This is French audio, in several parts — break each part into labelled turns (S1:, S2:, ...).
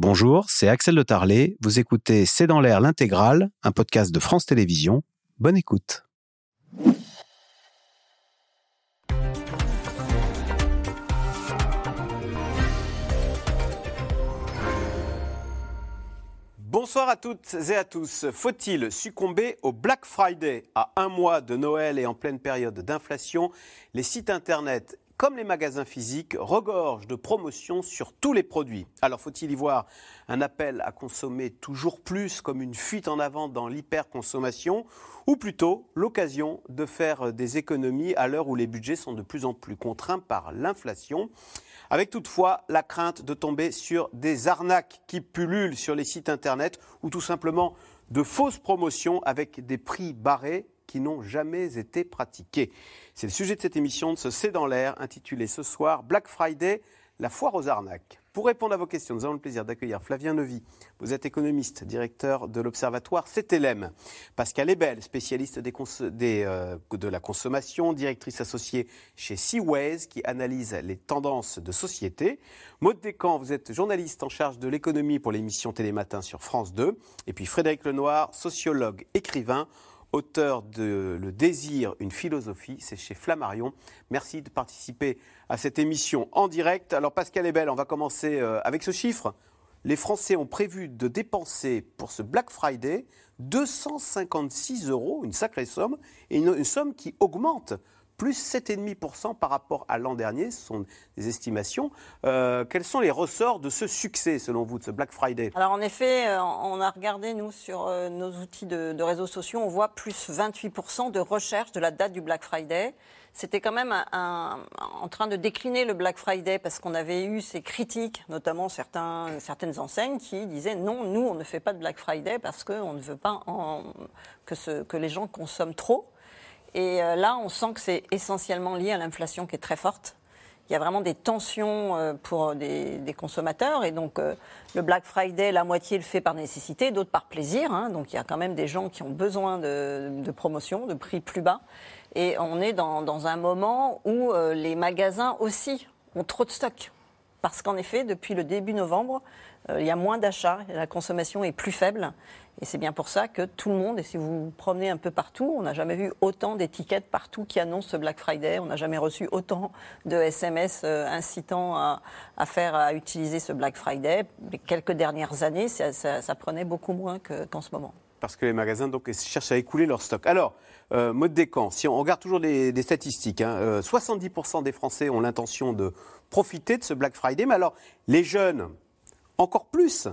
S1: Bonjour, c'est Axel de Tarlet. Vous écoutez C'est dans l'air l'intégrale, un podcast de France Télévisions. Bonne écoute. Bonsoir à toutes et à tous. Faut-il succomber au Black Friday? À un mois de Noël et en pleine période d'inflation, les sites internet comme les magasins physiques regorgent de promotions sur tous les produits. Alors faut-il y voir un appel à consommer toujours plus comme une fuite en avant dans l'hyperconsommation ou plutôt l'occasion de faire des économies à l'heure où les budgets sont de plus en plus contraints par l'inflation, avec toutefois la crainte de tomber sur des arnaques qui pullulent sur les sites internet ou tout simplement de fausses promotions avec des prix barrés qui n'ont jamais été pratiqués. C'est le sujet de cette émission de ce C'est dans l'air, intitulée ce soir Black Friday, la foire aux arnaques. Pour répondre à vos questions, nous avons le plaisir d'accueillir Flavien Neuvy. Vous êtes économiste, directeur de l'Observatoire CTLM. Pascal Ebel, spécialiste de la consommation, directrice associée chez Seaways, qui analyse les tendances de société. Maude Descamps, vous êtes journaliste en charge de l'économie pour l'émission Télématin sur France 2. Et puis Frédéric Lenoir, sociologue, écrivain, auteur de Le désir, une philosophie, c'est chez Flammarion. Merci de participer à cette émission en direct. Alors Pascal Ebel, on va commencer avec ce chiffre. Les Français ont prévu de dépenser pour ce Black Friday 256 €, une sacrée somme, et une somme qui augmente, plus 7,5% par rapport à l'an dernier, ce sont des estimations. Quels sont les ressorts de ce succès, selon vous, de ce Black Friday?
S2: Alors en effet, on a regardé, nous, sur nos outils de réseaux sociaux, on voit plus 28% de recherche de la date du Black Friday. C'était quand même en train de décliner le Black Friday parce qu'on avait eu ces critiques, notamment certaines enseignes qui disaient non, nous, on ne fait pas de Black Friday parce qu'on ne veut pas que les gens consomment trop. Et là, on sent que c'est essentiellement lié à l'inflation qui est très forte. Il y a vraiment des tensions pour des consommateurs. Et donc, le Black Friday, la moitié le fait par nécessité, d'autres par plaisir. Donc, il y a quand même des gens qui ont besoin de promotions, de prix plus bas. Et on est dans un moment où les magasins aussi ont trop de stock. Parce qu'en effet, depuis le début novembre, il y a moins d'achats, la consommation est plus faible. Et c'est bien pour ça que tout le monde, et si vous vous promenez un peu partout, on n'a jamais vu autant d'étiquettes partout qui annoncent ce Black Friday. On n'a jamais reçu autant de SMS incitant à utiliser ce Black Friday. Les quelques dernières années, ça prenait beaucoup moins qu'en ce moment.
S1: Parce que les magasins donc, cherchent à écouler leur stock. Alors, Maude Descamps, si on regarde toujours des statistiques, 70% des Français ont l'intention de profiter de ce Black Friday. Mais alors, les jeunes, encore plus.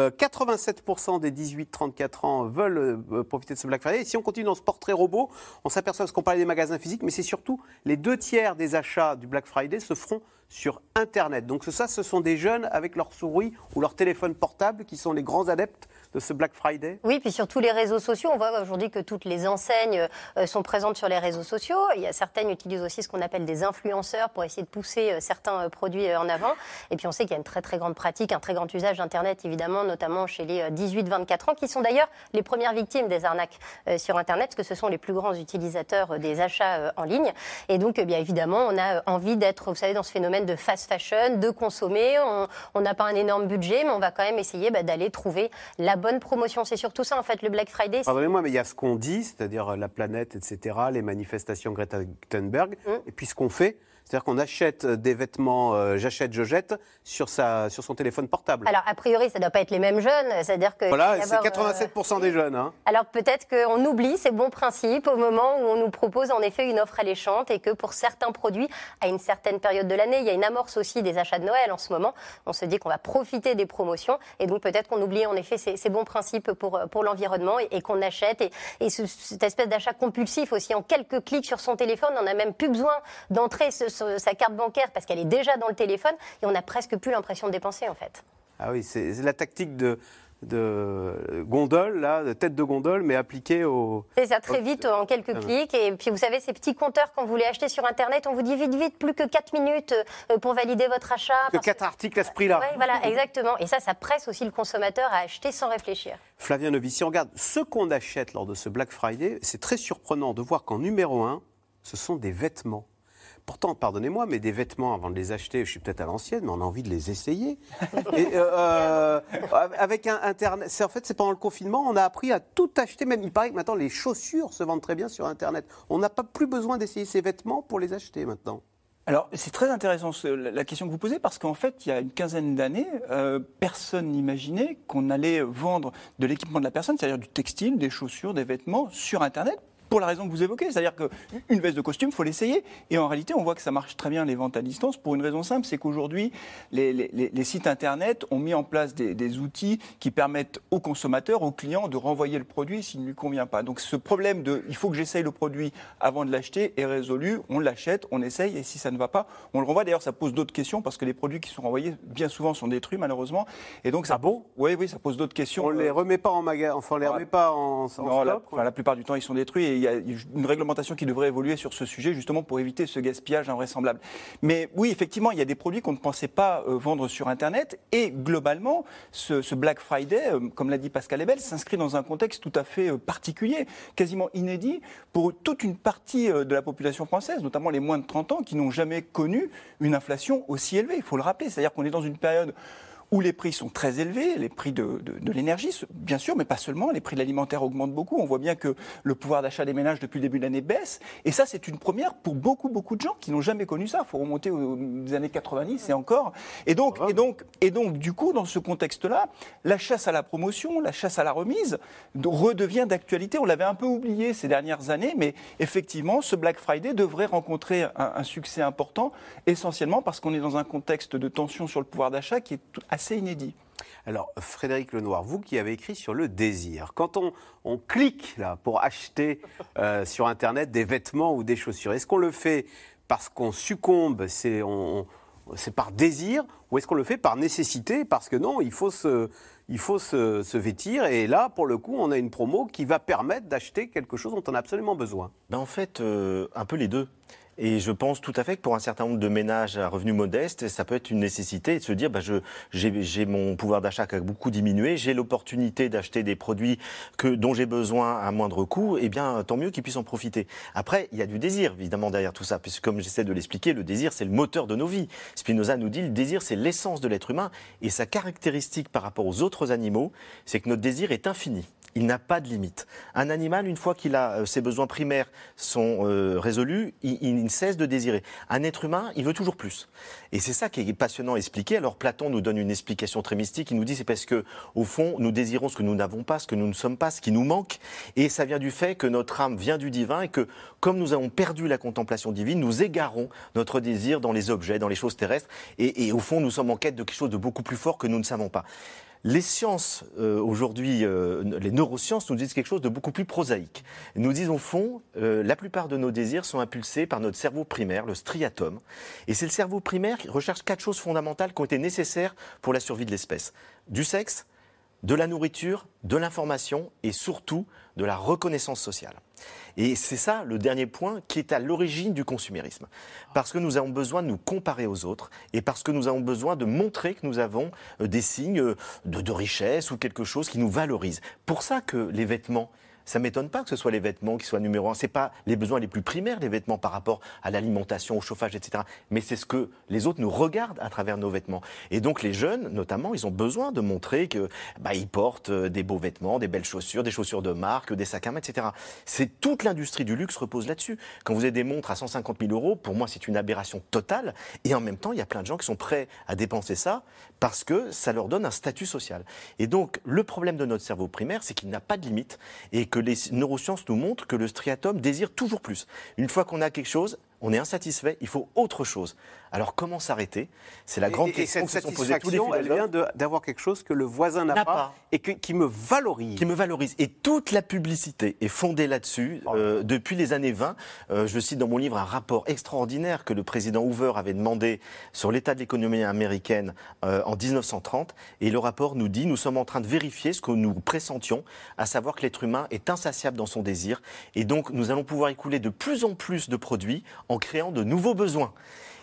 S1: 87% des 18-34 ans veulent profiter de ce Black Friday. Et si on continue dans ce portrait robot, on s'aperçoit, parce qu'on parlait des magasins physiques, mais c'est surtout les 2/3 des achats du Black Friday se feront sur Internet. Donc ce sont des jeunes avec leur souris ou leur téléphone portable qui sont les grands adeptes de ce Black Friday.
S3: Oui, puis sur tous les réseaux sociaux, on voit aujourd'hui que toutes les enseignes sont présentes sur les réseaux sociaux. Il y a certaines utilisent aussi ce qu'on appelle des influenceurs pour essayer de pousser certains produits en avant. Et puis on sait qu'il y a une très très grande pratique, un très grand usage d'Internet évidemment, notamment chez les 18-24 ans, qui sont d'ailleurs les premières victimes des arnaques sur Internet, parce que ce sont les plus grands utilisateurs des achats en ligne. Et donc, bien évidemment, on a envie d'être, vous savez, dans ce phénomène de fast fashion, de consommer. On n'a pas un énorme budget, mais on va quand même essayer d'aller trouver la bonne promotion. C'est surtout ça, en fait, le Black Friday.
S1: Pardonnez-moi, mais il y a ce qu'on dit, c'est-à-dire la planète, etc., les manifestations Greta Thunberg, et puis ce qu'on fait. C'est-à-dire qu'on achète des vêtements, j'achète, je jette, sur son téléphone portable.
S3: Alors, a priori, ça ne doit pas être les mêmes jeunes. C'est-à-dire que
S1: voilà, c'est 87% des jeunes. Hein.
S3: Alors, peut-être qu'on oublie ces bons principes au moment où on nous propose en effet une offre alléchante et que pour certains produits, à une certaine période de l'année, il y a une amorce aussi des achats de Noël en ce moment. On se dit qu'on va profiter des promotions et donc peut-être qu'on oublie en effet ces bons principes pour l'environnement et qu'on achète. Et cette espèce d'achat compulsif aussi, en quelques clics sur son téléphone, on n'a même plus besoin d'entrer sa carte bancaire parce qu'elle est déjà dans le téléphone et on n'a presque plus l'impression de dépenser en fait.
S1: Ah oui, c'est la tactique de gondole, là, de tête de gondole, mais appliquée au...
S3: C'est ça, très vite, en quelques clics. Et puis, vous savez, ces petits compteurs, quand vous voulez acheter sur Internet, on vous dit vite, plus que 4 minutes pour valider votre achat.
S1: Que 4 articles à ce prix-là.
S3: Oui, voilà, exactement. Et ça presse aussi le consommateur à acheter sans réfléchir.
S1: Flavien Neuvy, si on regarde ce qu'on achète lors de ce Black Friday, c'est très surprenant de voir qu'en numéro 1, ce sont des vêtements. pourtant, pardonnez-moi, mais des vêtements, avant de les acheter, je suis peut-être à l'ancienne, mais on a envie de les essayer. Et, avec Internet, en fait, c'est pendant le confinement, on a appris à tout acheter. Même, il paraît que maintenant, les chaussures se vendent très bien sur Internet. On n'a pas plus besoin d'essayer ces vêtements pour les acheter maintenant.
S4: Alors, c'est très intéressant la question que vous posez, parce qu'en fait, il y a une quinzaine d'années, personne n'imaginait qu'on allait vendre de l'équipement de la personne, c'est-à-dire du textile, des chaussures, des vêtements, sur Internet, pour la raison que vous évoquez. C'est-à-dire qu'une veste de costume, il faut l'essayer. Et en réalité, on voit que ça marche très bien, les ventes à distance, pour une raison simple, c'est qu'aujourd'hui, les sites Internet ont mis en place des outils qui permettent aux consommateurs, aux clients, de renvoyer le produit s'il ne lui convient pas. Donc ce problème de « il faut que j'essaye le produit avant de l'acheter » est résolu. On l'achète, on essaye, et si ça ne va pas, on le renvoie. D'ailleurs, ça pose d'autres questions, parce que les produits qui sont renvoyés, bien souvent, sont détruits, malheureusement. Et donc, ça, oui, ça pose d'autres questions.
S1: On ne les remet pas en magasin, enfin, on ne les remet pas en stock.
S4: La plupart du temps, ils sont détruits. Et il y a une réglementation qui devrait évoluer sur ce sujet, justement pour éviter ce gaspillage invraisemblable. Mais oui, effectivement, il y a des produits qu'on ne pensait pas vendre sur Internet. Et globalement, ce Black Friday, comme l'a dit Pascal Ebel, s'inscrit dans un contexte tout à fait particulier, quasiment inédit pour toute une partie de la population française, notamment les moins de 30 ans, qui n'ont jamais connu une inflation aussi élevée. Il faut le rappeler. C'est-à-dire qu'on est dans une période où les prix sont très élevés, les prix de l'énergie, bien sûr, mais pas seulement, les prix de l'alimentaire augmentent beaucoup. On voit bien que le pouvoir d'achat des ménages depuis le début de l'année baisse. Et ça, c'est une première pour beaucoup de gens qui n'ont jamais connu ça. Il faut remonter aux années 90 et encore. Et donc, du coup, dans ce contexte-là, la chasse à la promotion, la chasse à la remise redevient d'actualité. On l'avait un peu oublié ces dernières années, mais effectivement, ce Black Friday devrait rencontrer un succès important, essentiellement parce qu'on est dans un contexte de tension sur le pouvoir d'achat qui est assez inédit.
S1: Alors, Frédéric Lenoir, vous qui avez écrit sur le désir, quand on clique là, pour acheter sur Internet des vêtements ou des chaussures, est-ce qu'on le fait parce qu'on succombe, c'est par désir, ou est-ce qu'on le fait par nécessité, parce que non, il faut se vêtir, et là, pour le coup, on a une promo qui va permettre d'acheter quelque chose dont on a absolument besoin?
S5: En fait, un peu les deux. Et je pense tout à fait que pour un certain nombre de ménages à revenus modestes, ça peut être une nécessité de se dire j'ai mon pouvoir d'achat qui a beaucoup diminué, j'ai l'opportunité d'acheter des produits dont j'ai besoin à moindre coût, et bien tant mieux qu'ils puissent en profiter. Après, il y a du désir évidemment derrière tout ça, puisque comme j'essaie de l'expliquer, le désir c'est le moteur de nos vies. Spinoza nous dit le désir c'est l'essence de l'être humain, et sa caractéristique par rapport aux autres animaux, c'est que notre désir est infini. Il n'a pas de limite. Un animal, une fois qu'il a ses besoins primaires sont résolus, il ne cesse de désirer. Un être humain, il veut toujours plus. Et c'est ça qui est passionnant à expliquer. Alors Platon nous donne une explication très mystique. Il nous dit c'est parce que au fond, nous désirons ce que nous n'avons pas, ce que nous ne sommes pas, ce qui nous manque. Et ça vient du fait que notre âme vient du divin et que comme nous avons perdu la contemplation divine, nous égarons notre désir dans les objets, dans les choses terrestres. Et au fond, nous sommes en quête de quelque chose de beaucoup plus fort que nous ne savons pas. Les sciences, aujourd'hui, les neurosciences nous disent quelque chose de beaucoup plus prosaïque. Ils nous disent au fond, la plupart de nos désirs sont impulsés par notre cerveau primaire, le striatum. Et c'est le cerveau primaire qui recherche 4 choses fondamentales qui ont été nécessaires pour la survie de l'espèce. Du sexe, de la nourriture, de l'information et surtout de la reconnaissance sociale. Et c'est ça le dernier point qui est à l'origine du consumérisme. Parce que nous avons besoin de nous comparer aux autres et parce que nous avons besoin de montrer que nous avons des signes de richesse ou quelque chose qui nous valorise. Pour ça que les vêtements, ça ne m'étonne pas que ce soit les vêtements qui soient numéro 1. Ce n'est pas les besoins les plus primaires, les vêtements par rapport à l'alimentation, au chauffage, etc. Mais c'est ce que les autres nous regardent à travers nos vêtements. Et donc les jeunes, notamment, ils ont besoin de montrer qu'ils portent des beaux vêtements, des belles chaussures, des chaussures de marque, des sacs à main, etc. C'est toute l'industrie du luxe repose là-dessus. Quand vous avez des montres à 150 000 €, pour moi, c'est une aberration totale. Et en même temps, il y a plein de gens qui sont prêts à dépenser ça parce que ça leur donne un statut social. Et donc, le problème de notre cerveau primaire, c'est qu'il n'a pas de limite et que les neurosciences nous montrent que le striatum désire toujours plus. Une fois qu'on a quelque chose, on est insatisfait, il faut autre chose. Alors comment s'arrêter? C'est la grande question que se sont posées tous les philosophes.
S1: Elle vient d'avoir quelque chose que le voisin n'a pas et qui me valorise.
S5: Qui me valorise. Et toute la publicité est fondée là-dessus depuis les années 20. Je cite dans mon livre un rapport extraordinaire que le président Hoover avait demandé sur l'état de l'économie américaine en 1930. Et le rapport nous dit, nous sommes en train de vérifier ce que nous pressentions, à savoir que l'être humain est insatiable dans son désir. Et donc nous allons pouvoir écouler de plus en plus de produits en créant de nouveaux besoins.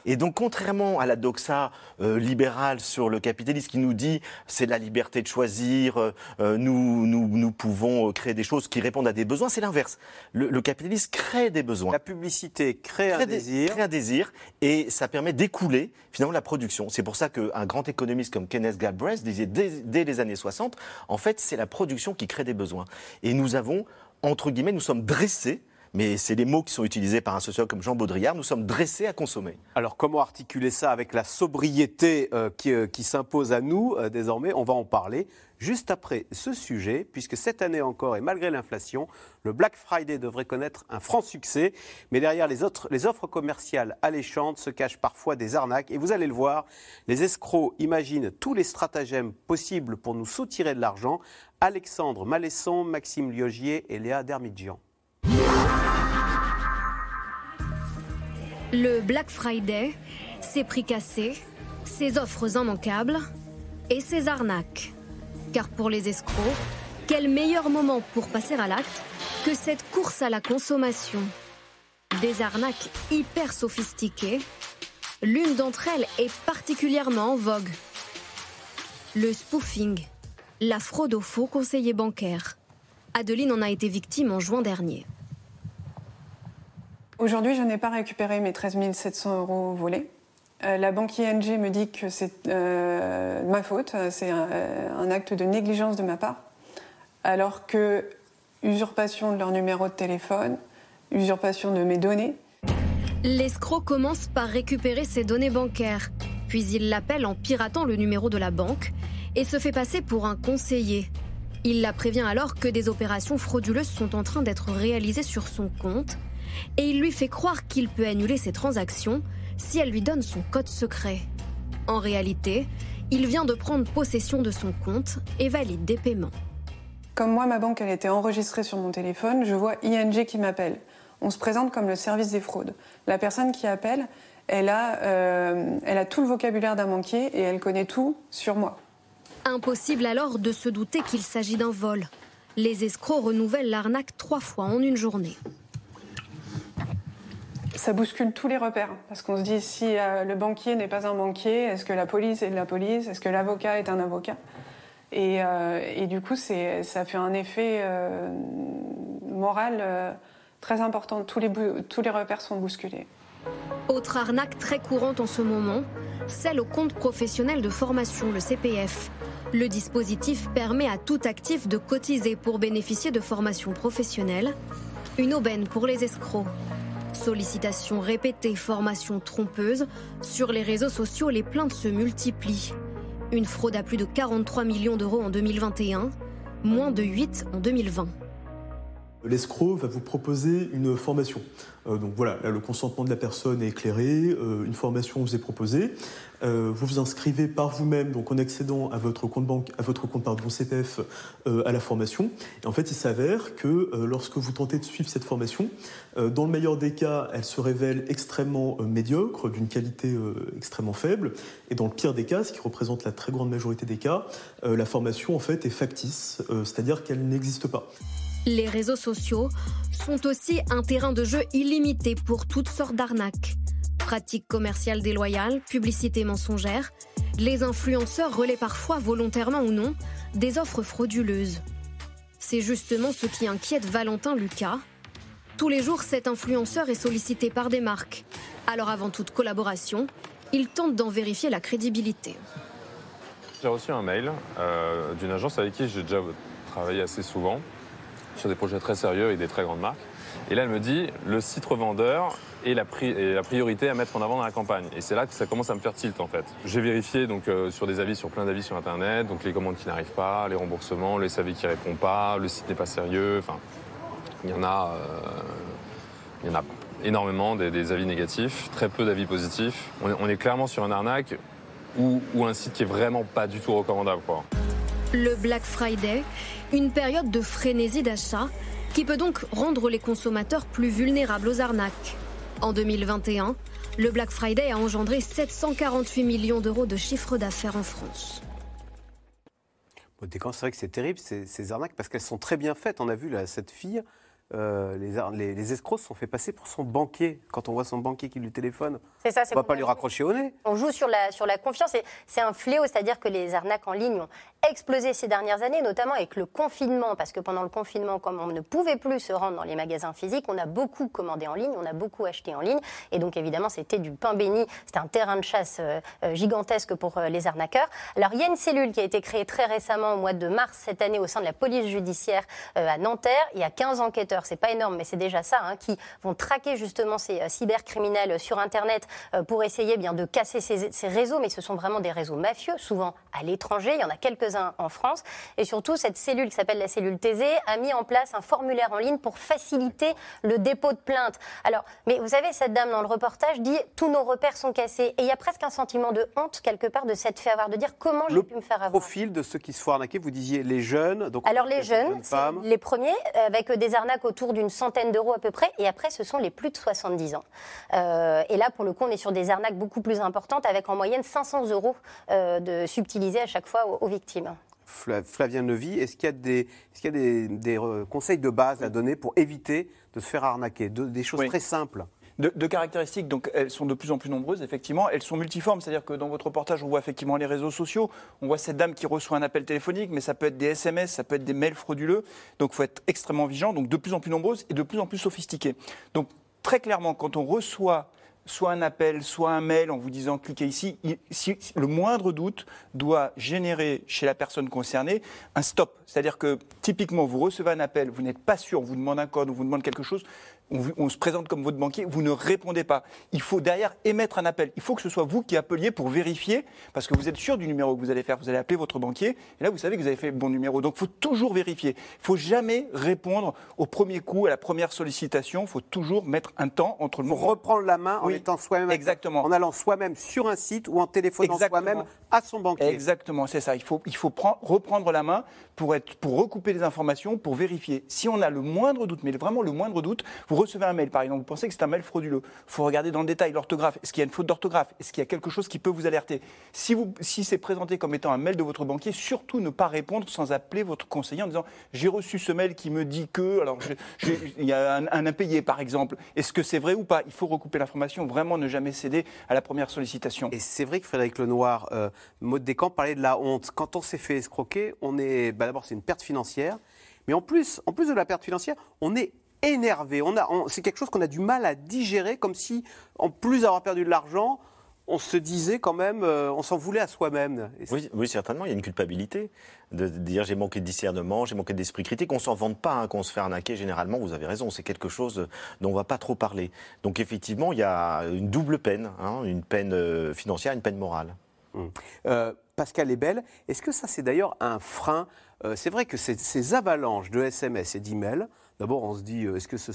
S5: Et donc, contrairement à la doxa libérale sur le capitalisme qui nous dit c'est la liberté de choisir, nous pouvons créer des choses qui répondent à des besoins, c'est l'inverse. Le capitalisme crée des besoins.
S1: La publicité crée un désir.
S5: Crée un désir et ça permet d'écouler finalement la production. C'est pour ça qu'un grand économiste comme Kenneth Galbraith disait dès les années 60, en fait, c'est la production qui crée des besoins. Et nous avons, entre guillemets, nous sommes dressés, mais c'est les mots qui sont utilisés par un sociologue comme Jean Baudrillard, nous sommes dressés à consommer.
S1: Alors comment articuler ça avec la sobriété qui s'impose à nous désormais? On va en parler juste après ce sujet, puisque cette année encore et malgré l'inflation, le Black Friday devrait connaître un franc succès. Mais derrière les offres commerciales alléchantes se cachent parfois des arnaques. Et vous allez le voir, les escrocs imaginent tous les stratagèmes possibles pour nous soutirer de l'argent. Alexandre Malesson, Maxime Liogier et Léa Dermidjian.
S6: Le Black Friday, ses prix cassés, ses offres immanquables et ses arnaques. Car pour les escrocs, quel meilleur moment pour passer à l'acte que cette course à la consommation. Des arnaques hyper sophistiquées. L'une d'entre elles est particulièrement en vogue. Le spoofing, la fraude aux faux conseillers bancaires. Adeline en a été victime en juin dernier.
S7: Aujourd'hui, je n'ai pas récupéré mes 13 700 € volés. La banque ING me dit que c'est ma faute, c'est un acte de négligence de ma part, alors que usurpation de leur numéro de téléphone, usurpation de mes données.
S6: L'escroc commence par récupérer ses données bancaires, puis il l'appelle en piratant le numéro de la banque et se fait passer pour un conseiller. Il la prévient alors que des opérations frauduleuses sont en train d'être réalisées sur son compte et il lui fait croire qu'il peut annuler ses transactions si elle lui donne son code secret. En réalité, il vient de prendre possession de son compte et valide des paiements.
S7: Comme moi, ma banque, elle était enregistrée sur mon téléphone, je vois ING qui m'appelle. On se présente comme le service des fraudes. La personne qui appelle, elle a tout le vocabulaire d'un banquier et elle connaît tout sur moi.
S6: Impossible alors de se douter qu'il s'agit d'un vol. Les escrocs renouvellent l'arnaque 3 fois en une journée.
S7: Ça bouscule tous les repères, parce qu'on se dit si le banquier n'est pas un banquier, est-ce que la police est de la police, est-ce que l'avocat est un avocat ? Et du coup, ça fait un effet moral très important. Tous les repères sont bousculés.
S6: Autre arnaque très courante en ce moment, celle au compte professionnel de formation, le CPF. Le dispositif permet à tout actif de cotiser pour bénéficier de formations professionnelles. Une aubaine pour les escrocs. Sollicitations répétées, formations trompeuses. Sur les réseaux sociaux, les plaintes se multiplient. Une fraude à plus de 43 millions d'euros en 2021, moins de 8 en 2020.
S8: L'escroc va vous proposer une formation. Donc voilà, là, le consentement de la personne est éclairé, une formation vous est proposée. Vous vous inscrivez par vous-même, donc en accédant à votre compte CPF, à la formation. Et en fait, il s'avère que lorsque vous tentez de suivre cette formation, dans le meilleur des cas, elle se révèle extrêmement médiocre, d'une qualité extrêmement faible. Et dans le pire des cas, ce qui représente la très grande majorité des cas, la formation en fait est factice, c'est-à-dire qu'elle n'existe pas.
S6: Les réseaux sociaux sont aussi un terrain de jeu illimité pour toutes sortes d'arnaques. Pratiques commerciales déloyales, publicité mensongère, les influenceurs relaient parfois, volontairement ou non, des offres frauduleuses. C'est justement ce qui inquiète Valentin Lucas. Tous les jours, cet influenceur est sollicité par des marques. Alors avant toute collaboration, il tente d'en vérifier la crédibilité.
S9: J'ai reçu un mail d'une agence avec qui j'ai déjà travaillé assez souvent, sur des projets très sérieux avec des très grandes marques. Et là, elle me dit, le site revendeur est la priorité à mettre en avant dans la campagne. Et c'est là que ça commence à me faire tilt, en fait. J'ai vérifié donc, sur plein d'avis sur Internet, donc les commandes qui n'arrivent pas, les remboursements, le SAV qui ne répond pas, le site n'est pas sérieux. Enfin, il y en a énormément des avis négatifs, très peu d'avis positifs. On est clairement sur une arnaque ou un site qui est vraiment pas du tout recommandable, quoi.
S6: Le Black Friday, une période de frénésie d'achat qui peut donc rendre les consommateurs plus vulnérables aux arnaques. En 2021, le Black Friday a engendré 748 millions d'euros de chiffre d'affaires en France.
S1: C'est vrai que c'est terrible ces arnaques parce qu'elles sont très bien faites. On a vu là, cette fille, les escrocs se sont fait passer pour son banquier. Quand on voit son banquier qui lui téléphone,
S3: C'est ça,
S1: on ne va pas lui raccrocher au nez.
S3: On joue sur la confiance et c'est un fléau, c'est-à-dire que les arnaques en ligne ont explosé ces dernières années, notamment avec le confinement, parce que pendant le confinement, comme on ne pouvait plus se rendre dans les magasins physiques, on a beaucoup commandé en ligne, on a beaucoup acheté en ligne, et donc évidemment c'était du pain béni, c'était un terrain de chasse gigantesque pour les arnaqueurs. Alors il y a une cellule qui a été créée très récemment au mois de mars cette année au sein de la police judiciaire à Nanterre. Il y a 15 enquêteurs, c'est pas énorme, mais c'est déjà ça, qui vont traquer justement ces cybercriminels sur Internet pour essayer bien de casser ces réseaux, mais ce sont vraiment des réseaux mafieux, souvent à l'étranger, il y en a quelques-uns en France, et surtout cette cellule qui s'appelle la cellule Thésée a mis en place un formulaire en ligne pour faciliter le dépôt de plainte. Alors, mais vous savez, cette dame dans le reportage dit « tous nos repères sont cassés », et il y a presque un sentiment de honte quelque part de s'être fait avoir, de dire comment j'ai pu me faire avoir.
S1: Le profil de ceux qui se font arnaquer, vous disiez les jeunes, donc
S3: alors les jeunes, c'est les premiers, avec des arnaques autour d'une centaine d'euros à peu près, et après ce sont les plus de 70 ans. Et là, pour le coup, on est sur des arnaques beaucoup plus importantes, avec en moyenne 500 euros de subtilisés à chaque fois aux victimes.
S1: Flavien Neuvy, est-ce qu'il y a des conseils de base à donner pour éviter de se faire arnaquer, des choses très simples?
S4: De caractéristiques, donc elles sont de plus en plus nombreuses, effectivement. Elles sont multiformes, c'est-à-dire que dans votre reportage, on voit effectivement les réseaux sociaux, on voit cette dame qui reçoit un appel téléphonique, mais ça peut être des SMS, ça peut être des mails frauduleux. Donc il faut être extrêmement vigilant, donc de plus en plus nombreuses et de plus en plus sophistiquées. Donc très clairement, quand on reçoit soit un appel, soit un mail en vous disant cliquez ici, le moindre doute doit générer chez la personne concernée un stop. C'est-à-dire que typiquement, vous recevez un appel, vous n'êtes pas sûr, on vous demande un code, on vous demande quelque chose, on se présente comme votre banquier, vous ne répondez pas. Il faut derrière émettre un appel. Il faut que ce soit vous qui appeliez pour vérifier, parce que vous êtes sûr du numéro que vous allez faire. Vous allez appeler votre banquier, et là, vous savez que vous avez fait le bon numéro. Donc, il faut toujours vérifier. Il ne faut jamais répondre au premier coup, à la première sollicitation. Il faut toujours mettre un temps entre le moment.
S1: Pour reprendre la main en étant soi-même.
S4: Exactement.
S1: En allant soi-même sur un site ou en téléphonant soi-même à son banquier.
S4: Exactement, c'est ça. Il faut reprendre la main pour recouper les informations, pour vérifier. Si on a le moindre doute, mais vraiment le moindre doute, vous recevez un mail, par exemple, vous pensez que c'est un mail frauduleux. Il faut regarder dans le détail l'orthographe. Est-ce qu'il y a une faute d'orthographe? Est-ce qu'il y a quelque chose qui peut vous alerter? Si c'est présenté comme étant un mail de votre banquier, surtout ne pas répondre sans appeler votre conseiller en disant « j'ai reçu ce mail qui me dit que… » Alors, il y a un impayé, par exemple. Est-ce que c'est vrai ou pas? Il faut recouper l'information, vraiment ne jamais céder à la première sollicitation.
S1: Et c'est vrai que Frédéric Lenoir, Maud Descamps parlait de la honte. Quand on s'est fait escroquer, d'abord c'est une perte financière, mais en plus de la perte financière, on est énervé. C'est quelque chose qu'on a du mal à digérer, comme si, en plus d'avoir perdu de l'argent, on se disait quand même, on s'en voulait à soi-même.
S5: Oui, certainement, il y a une culpabilité de dire j'ai manqué de discernement, j'ai manqué d'esprit critique. On ne s'en vante pas qu'on se fait arnaquer généralement, vous avez raison, c'est quelque chose dont on ne va pas trop parler. Donc effectivement, il y a une double peine, une peine financière, une peine morale.
S1: Pascal Ebel, est-ce que ça c'est d'ailleurs un frein? C'est vrai que ces avalanches de SMS et d'emails, d'abord on se dit est-ce que ce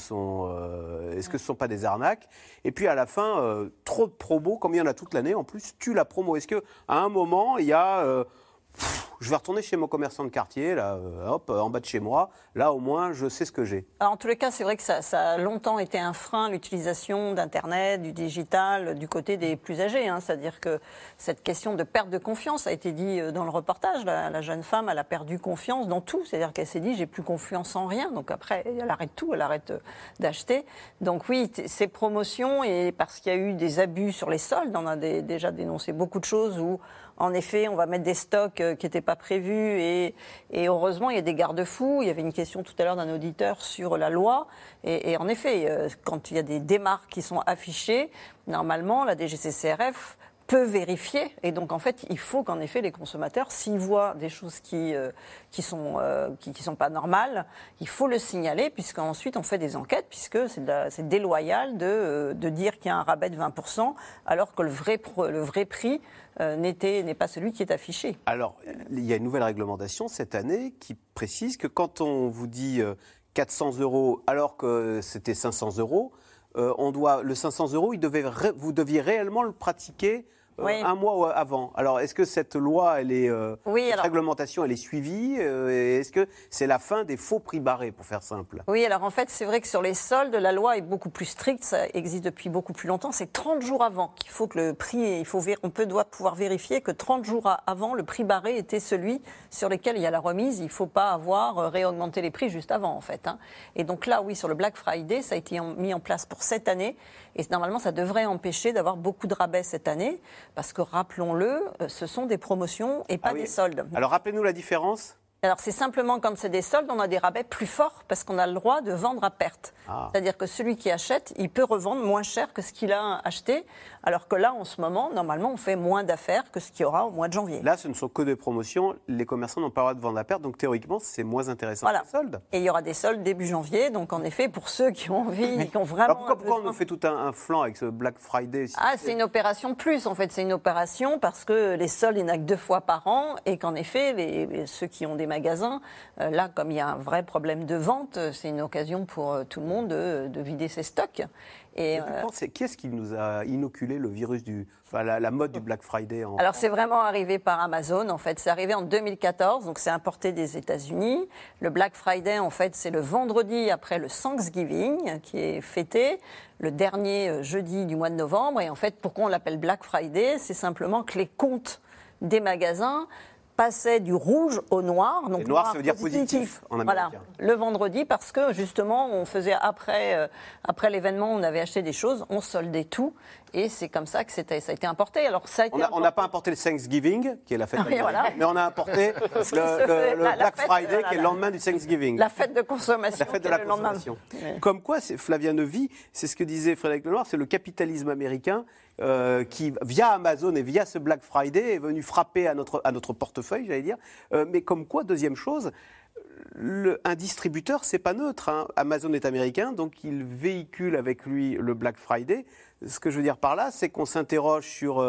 S1: sont pas des arnaques? Et puis à la fin, trop de promos, comme il y en a toute l'année, en plus tue la promo. Est-ce qu'à un moment il y a je vais retourner chez mon commerçant de quartier, là, en bas de chez moi. Là, au moins, je sais ce que j'ai.
S2: Alors, en tous les cas, c'est vrai que ça a longtemps été un frein, l'utilisation d'Internet, du digital, du côté des plus âgés. C'est-à-dire que cette question de perte de confiance a été dit dans le reportage. La jeune femme, elle a perdu confiance dans tout. C'est-à-dire qu'elle s'est dit, j'ai plus confiance en rien. Donc après, elle arrête tout, elle arrête d'acheter. Donc oui, ces promotions, et parce qu'il y a eu des abus sur les soldes, on a déjà dénoncé beaucoup de choses où, en effet, on va mettre des stocks qui n'étaient pas prévus et heureusement, il y a des garde-fous. Il y avait une question tout à l'heure d'un auditeur sur la loi. Et en effet, quand il y a des démarques qui sont affichées, normalement, la DGCCRF peut vérifier. Et donc, en fait, il faut qu'en effet, les consommateurs, s'ils voient des choses qui sont pas normales, il faut le signaler, puisqu'ensuite, on fait des enquêtes, puisque c'est déloyal de dire qu'il y a un rabais de 20%, alors que le vrai prix n'est pas celui qui est affiché.
S1: Alors, il y a une nouvelle réglementation cette année qui précise que quand on vous dit 400 € alors que c'était 500 €, le 500 €, vous deviez réellement le pratiquer
S2: Oui.
S1: un mois avant. Alors, est-ce que cette loi, cette réglementation, elle est suivie et est-ce que c'est la fin des faux prix barrés, pour faire simple?
S2: Oui, alors en fait, c'est vrai que sur les soldes, la loi est beaucoup plus stricte, ça existe depuis beaucoup plus longtemps. C'est 30 jours avant qu'il faut que le prix, doit pouvoir vérifier que 30 jours avant, le prix barré était celui sur lequel il y a la remise. Il ne faut pas avoir réaugmenté les prix juste avant, en fait. Et donc là, oui, sur le Black Friday, ça a été mis en place pour cette année. Et normalement, ça devrait empêcher d'avoir beaucoup de rabais cette année, parce que, rappelons-le, ce sont des promotions et pas des soldes.
S1: Alors, rappelez-nous la différence.
S2: Alors, c'est simplement quand c'est des soldes, on a des rabais plus forts parce qu'on a le droit de vendre à perte. C'est-à-dire que celui qui achète, il peut revendre moins cher que ce qu'il a acheté, alors que là, en ce moment, normalement, on fait moins d'affaires que ce qu'il y aura au mois de janvier.
S1: Là, ce ne sont que des promotions. Les commerçants n'ont pas le droit de vendre à perte, donc théoriquement, c'est moins intéressant que les soldes.
S2: Et il y aura des soldes début janvier, donc en effet, pour ceux qui ont envie, qui ont vraiment...
S1: Alors pourquoi on fait tout un flanc avec ce Black Friday
S2: c'est une opération de plus, en fait. C'est une opération parce que les soldes, il n'y en a que 2 fois par an, et qu'en effet, ceux qui ont des magasins, là, comme il y a un vrai problème de vente, c'est une occasion pour tout le monde de vider ses stocks. Et
S1: qui est-ce qui nous a inoculé le virus la mode du Black Friday
S2: Alors c'est vraiment arrivé par Amazon, en fait. C'est arrivé en 2014, donc c'est importé des États-Unis. Le Black Friday, en fait, c'est le vendredi après le Thanksgiving qui est fêté, le dernier jeudi du mois de novembre. Et en fait, pourquoi on l'appelle Black Friday? C'est simplement que les comptes des magasins passait du rouge au noir. Donc
S1: noir, ça veut dire positif en américain.
S2: Voilà, le vendredi, parce que justement, on faisait après l'événement, on avait acheté des choses, on soldait tout, et c'est comme ça que ça a été importé. Alors,
S1: on n'a pas importé le Thanksgiving, qui est la fête américaine, mais on a importé le Black Friday, qui est le lendemain du Thanksgiving.
S2: La fête de consommation.
S1: La fête de la consommation. Comme quoi, Flavia Neuvy, c'est ce que disait Frédéric Lenoir, c'est le capitalisme américain qui, via Amazon et via ce Black Friday, est venu frapper à notre portefeuille, j'allais dire. Mais comme quoi, deuxième chose, un distributeur, c'est pas neutre. Amazon est américain, donc il véhicule avec lui le Black Friday. Ce que je veux dire par là, c'est qu'on s'interroge sur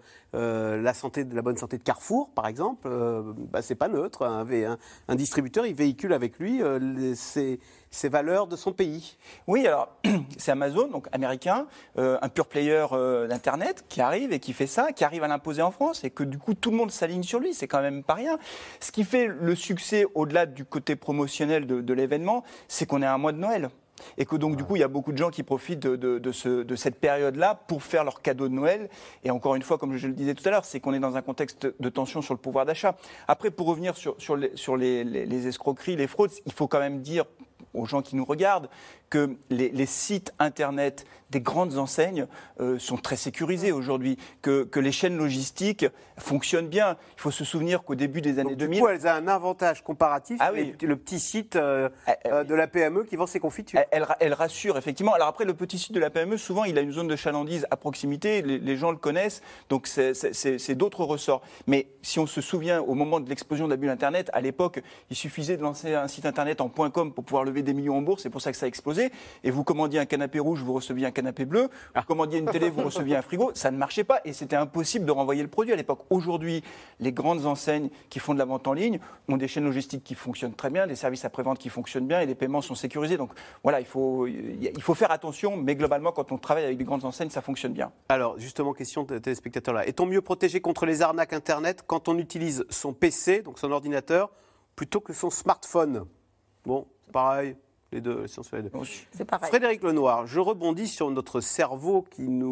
S1: la bonne santé de Carrefour, par exemple. C'est pas neutre. Un distributeur, il véhicule avec lui ses valeurs de son pays.
S4: Oui, alors c'est Amazon, donc américain, un pure player d'Internet qui arrive et qui fait ça, qui arrive à l'imposer en France et que du coup tout le monde s'aligne sur lui, c'est quand même pas rien. Ce qui fait le succès au-delà du côté promotionnel de l'événement, c'est qu'on est à un mois de Noël. Et que donc du coup il y a beaucoup de gens qui profitent de cette période-là pour faire leurs cadeaux de Noël. Et encore une fois, comme je le disais tout à l'heure, c'est qu'on est dans un contexte de tension sur le pouvoir d'achat. Après, pour revenir sur les escroqueries, les fraudes, il faut quand même dire aux gens qui nous regardent que les sites Internet des grandes enseignes sont très sécurisés aujourd'hui, que les chaînes logistiques fonctionnent bien. Il faut se souvenir qu'au début des années 2000...
S1: Du coup, elles ont un avantage comparatif, le petit site de la PME qui vend ses confitures.
S4: Elle rassure, effectivement. Alors après, le petit site de la PME, souvent, il a une zone de chalandise à proximité, les gens le connaissent, donc c'est d'autres ressorts. Mais si on se souvient, au moment de l'explosion de la bulle Internet, à l'époque, il suffisait de lancer un site Internet en .com pour pouvoir lever des millions en bourse, c'est pour ça que ça a explosé. Et vous commandiez un canapé rouge, vous receviez un canapé bleu. Vous commandiez une télé, vous receviez un frigo. Ça ne marchait pas et c'était impossible de renvoyer le produit à l'époque. Aujourd'hui, les grandes enseignes qui font de la vente en ligne ont des chaînes logistiques qui fonctionnent très bien, des services après-vente qui fonctionnent bien et les paiements sont sécurisés. Donc voilà, il faut faire attention, mais globalement, quand on travaille avec des grandes enseignes, ça fonctionne bien.
S1: Alors justement, question de téléspectateurs là. Est-on mieux protégé contre les arnaques Internet quand on utilise son PC, donc son ordinateur, plutôt que son smartphone? Bon, pareil. Les deux, si on se fait les deux.
S2: C'est pareil.
S1: Frédéric Lenoir, je rebondis sur notre cerveau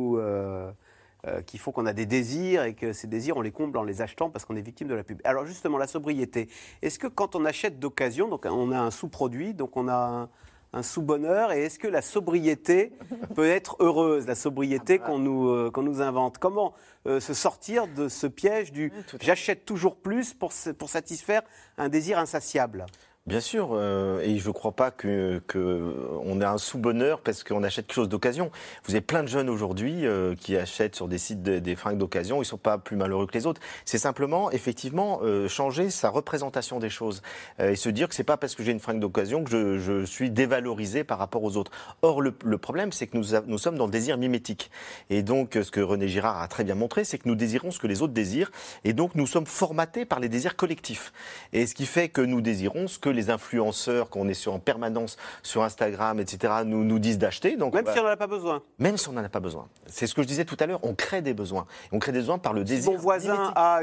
S1: qui font qu'on a des désirs et que ces désirs, on les comble en les achetant parce qu'on est victime de la pub. Alors justement, la sobriété. Est-ce que quand on achète d'occasion, donc on a un sous-produit, donc on a un sous-bonheur, et est-ce que la sobriété peut être heureuse, la sobriété qu'on nous invente? Comment se sortir de ce piège du « j'achète toujours plus pour satisfaire un désir insatiable » ?
S5: Bien sûr, et je ne crois pas qu'on ait un sous-bonheur parce qu'on achète quelque chose d'occasion. Vous avez plein de jeunes aujourd'hui qui achètent sur des sites des fringues d'occasion, ils ne sont pas plus malheureux que les autres. C'est simplement, effectivement, changer sa représentation des choses et se dire que ce n'est pas parce que j'ai une fringue d'occasion que je suis dévalorisé par rapport aux autres. Or, le problème, c'est que nous sommes dans le désir mimétique. Et donc, ce que René Girard a très bien montré, c'est que nous désirons ce que les autres désirent et donc nous sommes formatés par les désirs collectifs. Et ce qui fait que nous désirons ce que que les influenceurs qu'on est en permanence sur Instagram, etc., nous disent d'acheter. Donc,
S1: Même si on n'en a pas besoin.
S5: Même si on n'en a pas besoin. C'est ce que je disais tout à l'heure, on crée des besoins. On crée des besoins par le désir.
S1: Si mon voisin a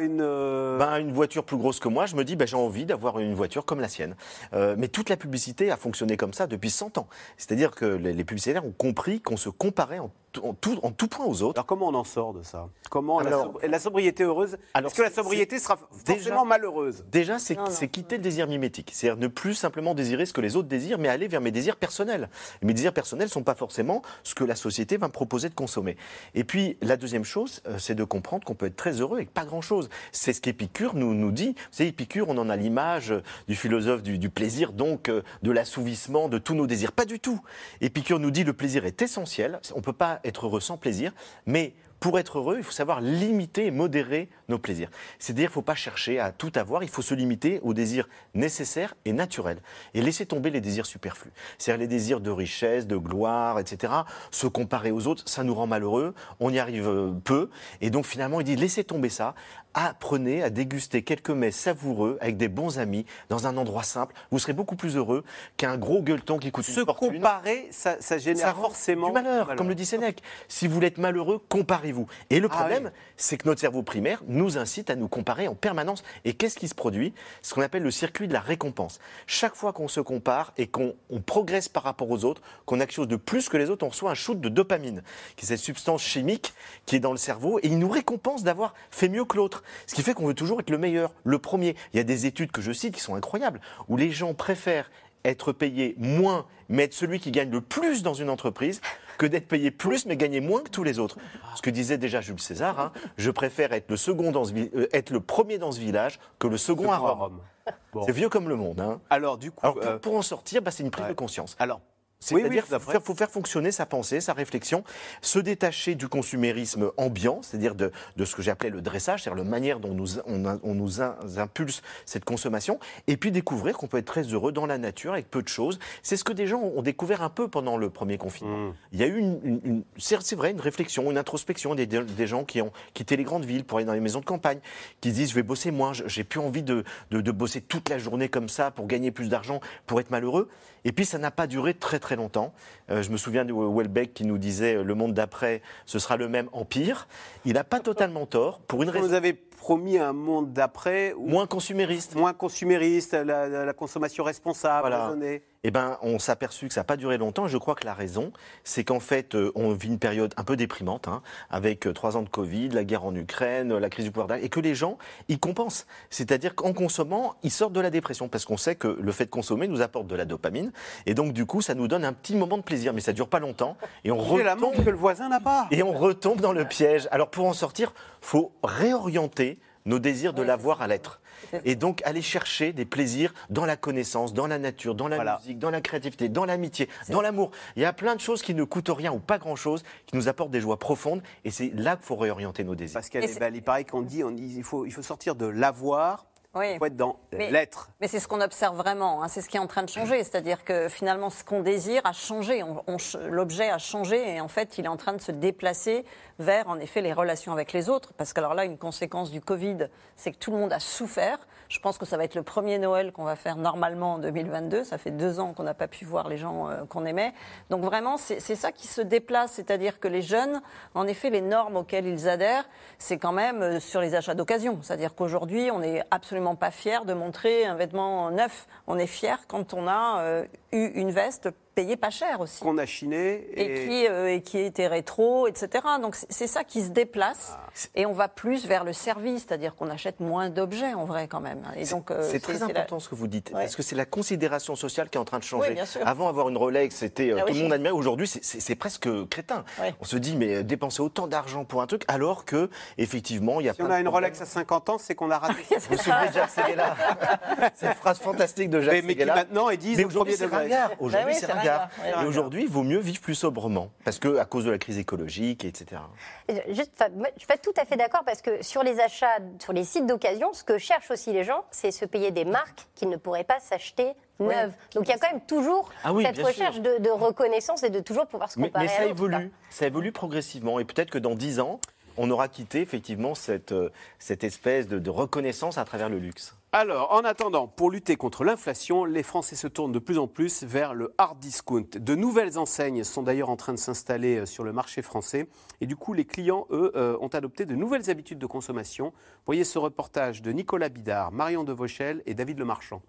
S5: une voiture plus grosse que moi, je me dis, j'ai envie d'avoir une voiture comme la sienne. Mais toute la publicité a fonctionné comme ça depuis 100 ans. C'est-à-dire que les publicitaires ont compris qu'on se comparait en tout point aux autres.
S1: Alors comment on en sort de ça? Comment la sobriété heureuse? Est-ce que la sobriété sera forcément malheureuse?
S5: Déjà, c'est quitter le désir mimétique. C'est-à-dire ne plus simplement désirer ce que les autres désirent, mais aller vers mes désirs personnels. Et mes désirs personnels ne sont pas forcément ce que la société va me proposer de consommer. Et puis, la deuxième chose, c'est de comprendre qu'on peut être très heureux avec pas grand-chose. C'est ce qu'Épicure nous dit. Vous savez, Épicure, on en a l'image du philosophe du plaisir, donc de l'assouvissement de tous nos désirs. Pas du tout. Épicure nous dit le plaisir est essentiel. On ne peut pas être heureux sans plaisir, mais pour être heureux, il faut savoir limiter et modérer nos plaisirs. C'est-à-dire qu'il ne faut pas chercher à tout avoir, il faut se limiter aux désirs nécessaires et naturels. Et laisser tomber les désirs superflus. C'est-à-dire les désirs de richesse, de gloire, etc. Se comparer aux autres, ça nous rend malheureux, on y arrive peu. Et donc finalement, il dit laissez tomber ça, apprenez à déguster quelques mets savoureux avec des bons amis, dans un endroit simple. Vous serez beaucoup plus heureux qu'un gros gueuleton qui coûte une fortune.
S1: Se comparer, ça génère forcément
S5: du malheur, comme le dit Sénèque. Si vous voulez être malheureux, comparez-vous. Et le problème, c'est que notre cerveau primaire nous incite à nous comparer en permanence. Et qu'est-ce qui se produit? Ce qu'on appelle le circuit de la récompense. Chaque fois qu'on se compare et qu'on progresse par rapport aux autres, qu'on a quelque chose de plus que les autres, on reçoit un shoot de dopamine, qui est cette substance chimique qui est dans le cerveau, et il nous récompense d'avoir fait mieux que l'autre. Ce qui fait qu'on veut toujours être le meilleur, le premier. Il y a des études que je cite qui sont incroyables, où les gens préfèrent être payé moins, mais être celui qui gagne le plus dans une entreprise, que d'être payé plus, mais gagner moins que tous les autres. Ce que disait déjà Jules César, je préfère être être le premier dans ce village que le second à Rome. Bon. C'est vieux comme le monde.
S1: Alors, du coup,
S5: pour en sortir, c'est une prise de conscience.
S1: Alors,
S5: c'est-à-dire qu'il faut faire fonctionner sa pensée, sa réflexion, se détacher du consumérisme ambiant, c'est-à-dire de ce que j'appelais le dressage, c'est-à-dire la manière dont on nous impulse cette consommation, et puis découvrir qu'on peut être très heureux dans la nature avec peu de choses. C'est ce que des gens ont découvert un peu pendant le premier confinement. Il y a eu c'est vrai, une réflexion, une introspection des gens qui ont quitté les grandes villes pour aller dans les maisons de campagne, qui disent je vais bosser moins, j'ai plus envie de bosser toute la journée comme ça pour gagner plus d'argent, pour être malheureux. Et puis ça n'a pas duré très très longtemps. Je me souviens de Houellebecq qui nous disait le monde d'après, ce sera le même empire. Il n'a pas totalement tort. Pour une raison.
S1: Vous avez promis un monde d'après
S5: moins consumériste.
S1: Moins consumériste, la consommation responsable, raisonnée.
S5: Eh bien, on s'est aperçu que ça n'a pas duré longtemps. Je crois que la raison, c'est qu'en fait, on vit une période un peu déprimante, avec 3 ans de Covid, la guerre en Ukraine, la crise du pouvoir d'achat, et que les gens, ils compensent. C'est-à-dire qu'en consommant, ils sortent de la dépression, parce qu'on sait que le fait de consommer nous apporte de la dopamine, et donc du coup, ça nous donne un petit moment de plaisir, mais ça ne dure pas longtemps, et on retombe
S1: que le voisin n'a pas.
S5: Et on retombe dans le piège. Alors pour en sortir, faut réorienter nos désirs de l'avoir à l'être. Et donc aller chercher des plaisirs dans la connaissance, dans la nature, dans la musique, dans la créativité, dans l'amitié, dans l'amour. Il y a plein de choses qui ne coûtent rien ou pas grand-chose, qui nous apportent des joies profondes, et c'est là qu'il faut réorienter nos désirs.
S1: Parce qu'il paraît qu'on dit, il faut sortir de l'avoir. Il faut être dans l'être.
S2: Mais c'est ce qu'on observe vraiment, c'est ce qui est en train de changer. C'est-à-dire que finalement, ce qu'on désire a changé. L'objet a changé et en fait, il est en train de se déplacer vers, en effet, les relations avec les autres. Parce que alors là, une conséquence du Covid, c'est que tout le monde a souffert. Je pense que ça va être le premier Noël qu'on va faire normalement en 2022. Ça fait 2 ans qu'on n'a pas pu voir les gens qu'on aimait. Donc vraiment, c'est ça qui se déplace. C'est-à-dire que les jeunes, en effet, les normes auxquelles ils adhèrent, c'est quand même sur les achats d'occasion. C'est-à-dire qu'aujourd'hui, on n'est absolument pas fier de montrer un vêtement neuf. On est fier quand on a eu une veste payée pas cher aussi.
S1: Qu'on a chiné.
S2: Et qui était rétro, etc. Donc c'est ça qui se déplace. Et on va plus vers le service, c'est-à-dire qu'on achète moins d'objets en vrai quand même. Et donc,
S5: c'est très important ce que vous dites, parce que c'est la considération sociale qui est en train de changer.
S2: Oui, bien sûr.
S5: Avant, avoir une Rolex, c'était tout le monde admirait. Aujourd'hui, c'est presque crétin. Oui. On se dit, mais dépenser autant d'argent pour un truc, alors que effectivement, il y a
S1: si on a une Rolex à 50 ans, c'est qu'on a raté.
S5: Vous vous souvenez de Jacques Seguela? Cette phrase fantastique de Jacques Seguela.
S1: Mais qui maintenant, ils disent
S5: aujourd'hui, c'est ringard. Aujourd'hui, c'est ringard. Et aujourd'hui, il vaut mieux vivre plus sobrement, parce que à cause de la crise écologique, etc.
S3: Juste, je ne suis pas tout à fait d'accord, parce que sur les achats, sur les sites d'occasion, ce que cherchent aussi les gens, c'est se payer des marques qu'ils ne pourraient pas s'acheter neuves. Donc il y a quand même toujours cette recherche de reconnaissance et de toujours pouvoir se comparer à l'autre.
S5: Ça évolue progressivement, et peut-être que dans 10 ans, on aura quitté effectivement cette espèce de reconnaissance à travers le luxe.
S1: Alors, en attendant, pour lutter contre l'inflation, les Français se tournent de plus en plus vers le hard discount. De nouvelles enseignes sont d'ailleurs en train de s'installer sur le marché français. Et du coup, les clients, eux, ont adopté de nouvelles habitudes de consommation. Voyez ce reportage de Nicolas Bidard, Marion Devauchel et David Lemarchand.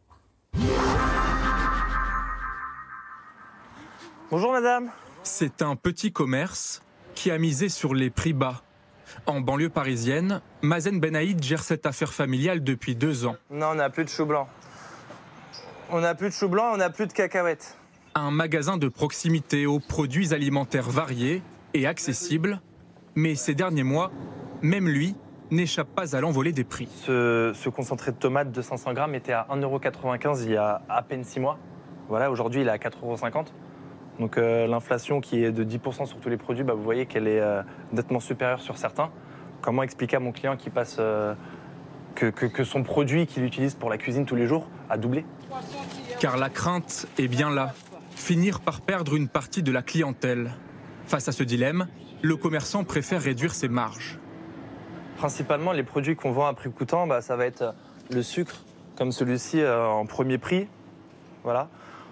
S10: Bonjour madame.
S11: C'est un petit commerce qui a misé sur les prix bas. En banlieue parisienne, Mazen Benaïd gère cette affaire familiale depuis 2 ans.
S10: Non, on n'a plus de chou blanc. On n'a plus de chou blanc, on n'a plus de cacahuètes.
S11: Un magasin de proximité aux produits alimentaires variés et accessibles. Mais ces derniers mois, même lui n'échappe pas à l'envolée des prix.
S10: Ce concentré de tomates de 500 grammes était à 1,95 € il y a à peine 6 mois. Voilà, aujourd'hui il est à 4,50 €. Donc l'inflation qui est de 10% sur tous les produits, vous voyez qu'elle est nettement supérieure sur certains. Comment expliquer à mon client qui passe que son produit qu'il utilise pour la cuisine tous les jours a doublé?
S11: Car la crainte est bien là, finir par perdre une partie de la clientèle. Face à ce dilemme, le commerçant préfère réduire ses marges.
S10: Principalement, les produits qu'on vend à prix coûtant, ça va être le sucre, comme celui-ci en premier prix. Voilà.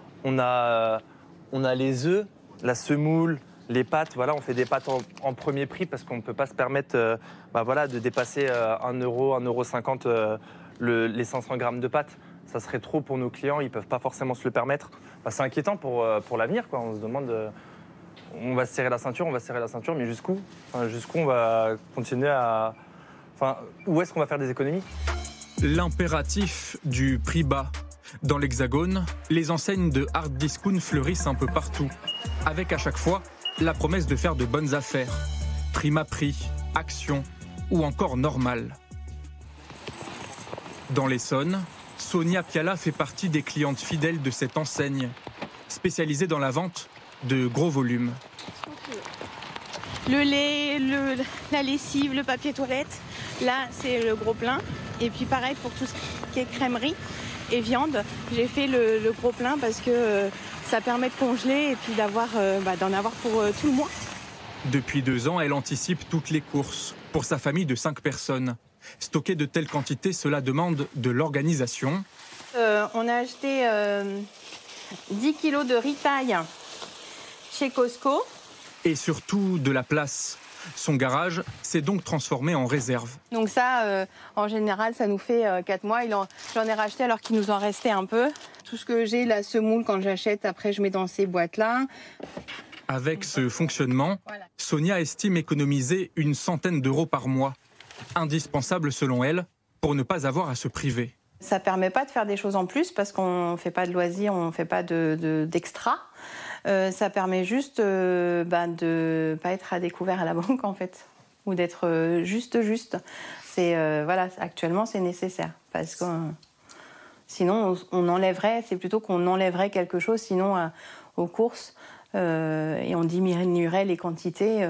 S10: On a les œufs, la semoule, les pâtes. Voilà, on fait des pâtes en premier prix parce qu'on ne peut pas se permettre de dépasser 1 €, 1,50 € les 500 grammes de pâtes. Ça serait trop pour nos clients, ils ne peuvent pas forcément se le permettre. C'est inquiétant pour l'avenir, quoi. On se demande, on va se serrer la ceinture, mais jusqu'où? Jusqu'où on va continuer à... où est-ce qu'on va faire des économies?
S11: L'impératif du prix bas. Dans l'Hexagone, les enseignes de hard discount fleurissent un peu partout, avec à chaque fois la promesse de faire de bonnes affaires. Prime à prix, action ou encore normal. Dans l'Essonne, Sonia Piala fait partie des clientes fidèles de cette enseigne, spécialisée dans la vente de gros volumes.
S12: Le lait, la lessive, le papier toilette, là c'est le gros plein. Et puis pareil pour tout ce qui est crèmerie et viande, j'ai fait le gros plein parce que ça permet de congeler et puis d'en avoir pour tout le mois.
S11: Depuis 2 ans, elle anticipe toutes les courses pour sa famille de 5 personnes. Stocker de telles quantités, cela demande de l'organisation.
S12: On a acheté 10 kilos de riz taille chez Costco.
S11: Et surtout de la place. Son garage s'est donc transformé en réserve.
S12: Donc ça, en général, ça nous fait 4 mois. J'en ai racheté alors qu'il nous en restait un peu. Tout ce que j'ai, la semoule, quand j'achète, après je mets dans ces boîtes-là.
S11: Avec ce fonctionnement, Sonia estime économiser une centaine d'euros par mois. Indispensable selon elle, pour ne pas avoir à se priver.
S12: Ça ne permet pas de faire des choses en plus parce qu'on ne fait pas de loisirs, on ne fait pas d'extra. Ça permet juste de ne pas être à découvert à la banque, en fait, ou d'être juste. Actuellement, c'est nécessaire, parce que sinon, on enlèverait, c'est plutôt qu'on enlèverait quelque chose, sinon, aux courses, et on diminuerait les quantités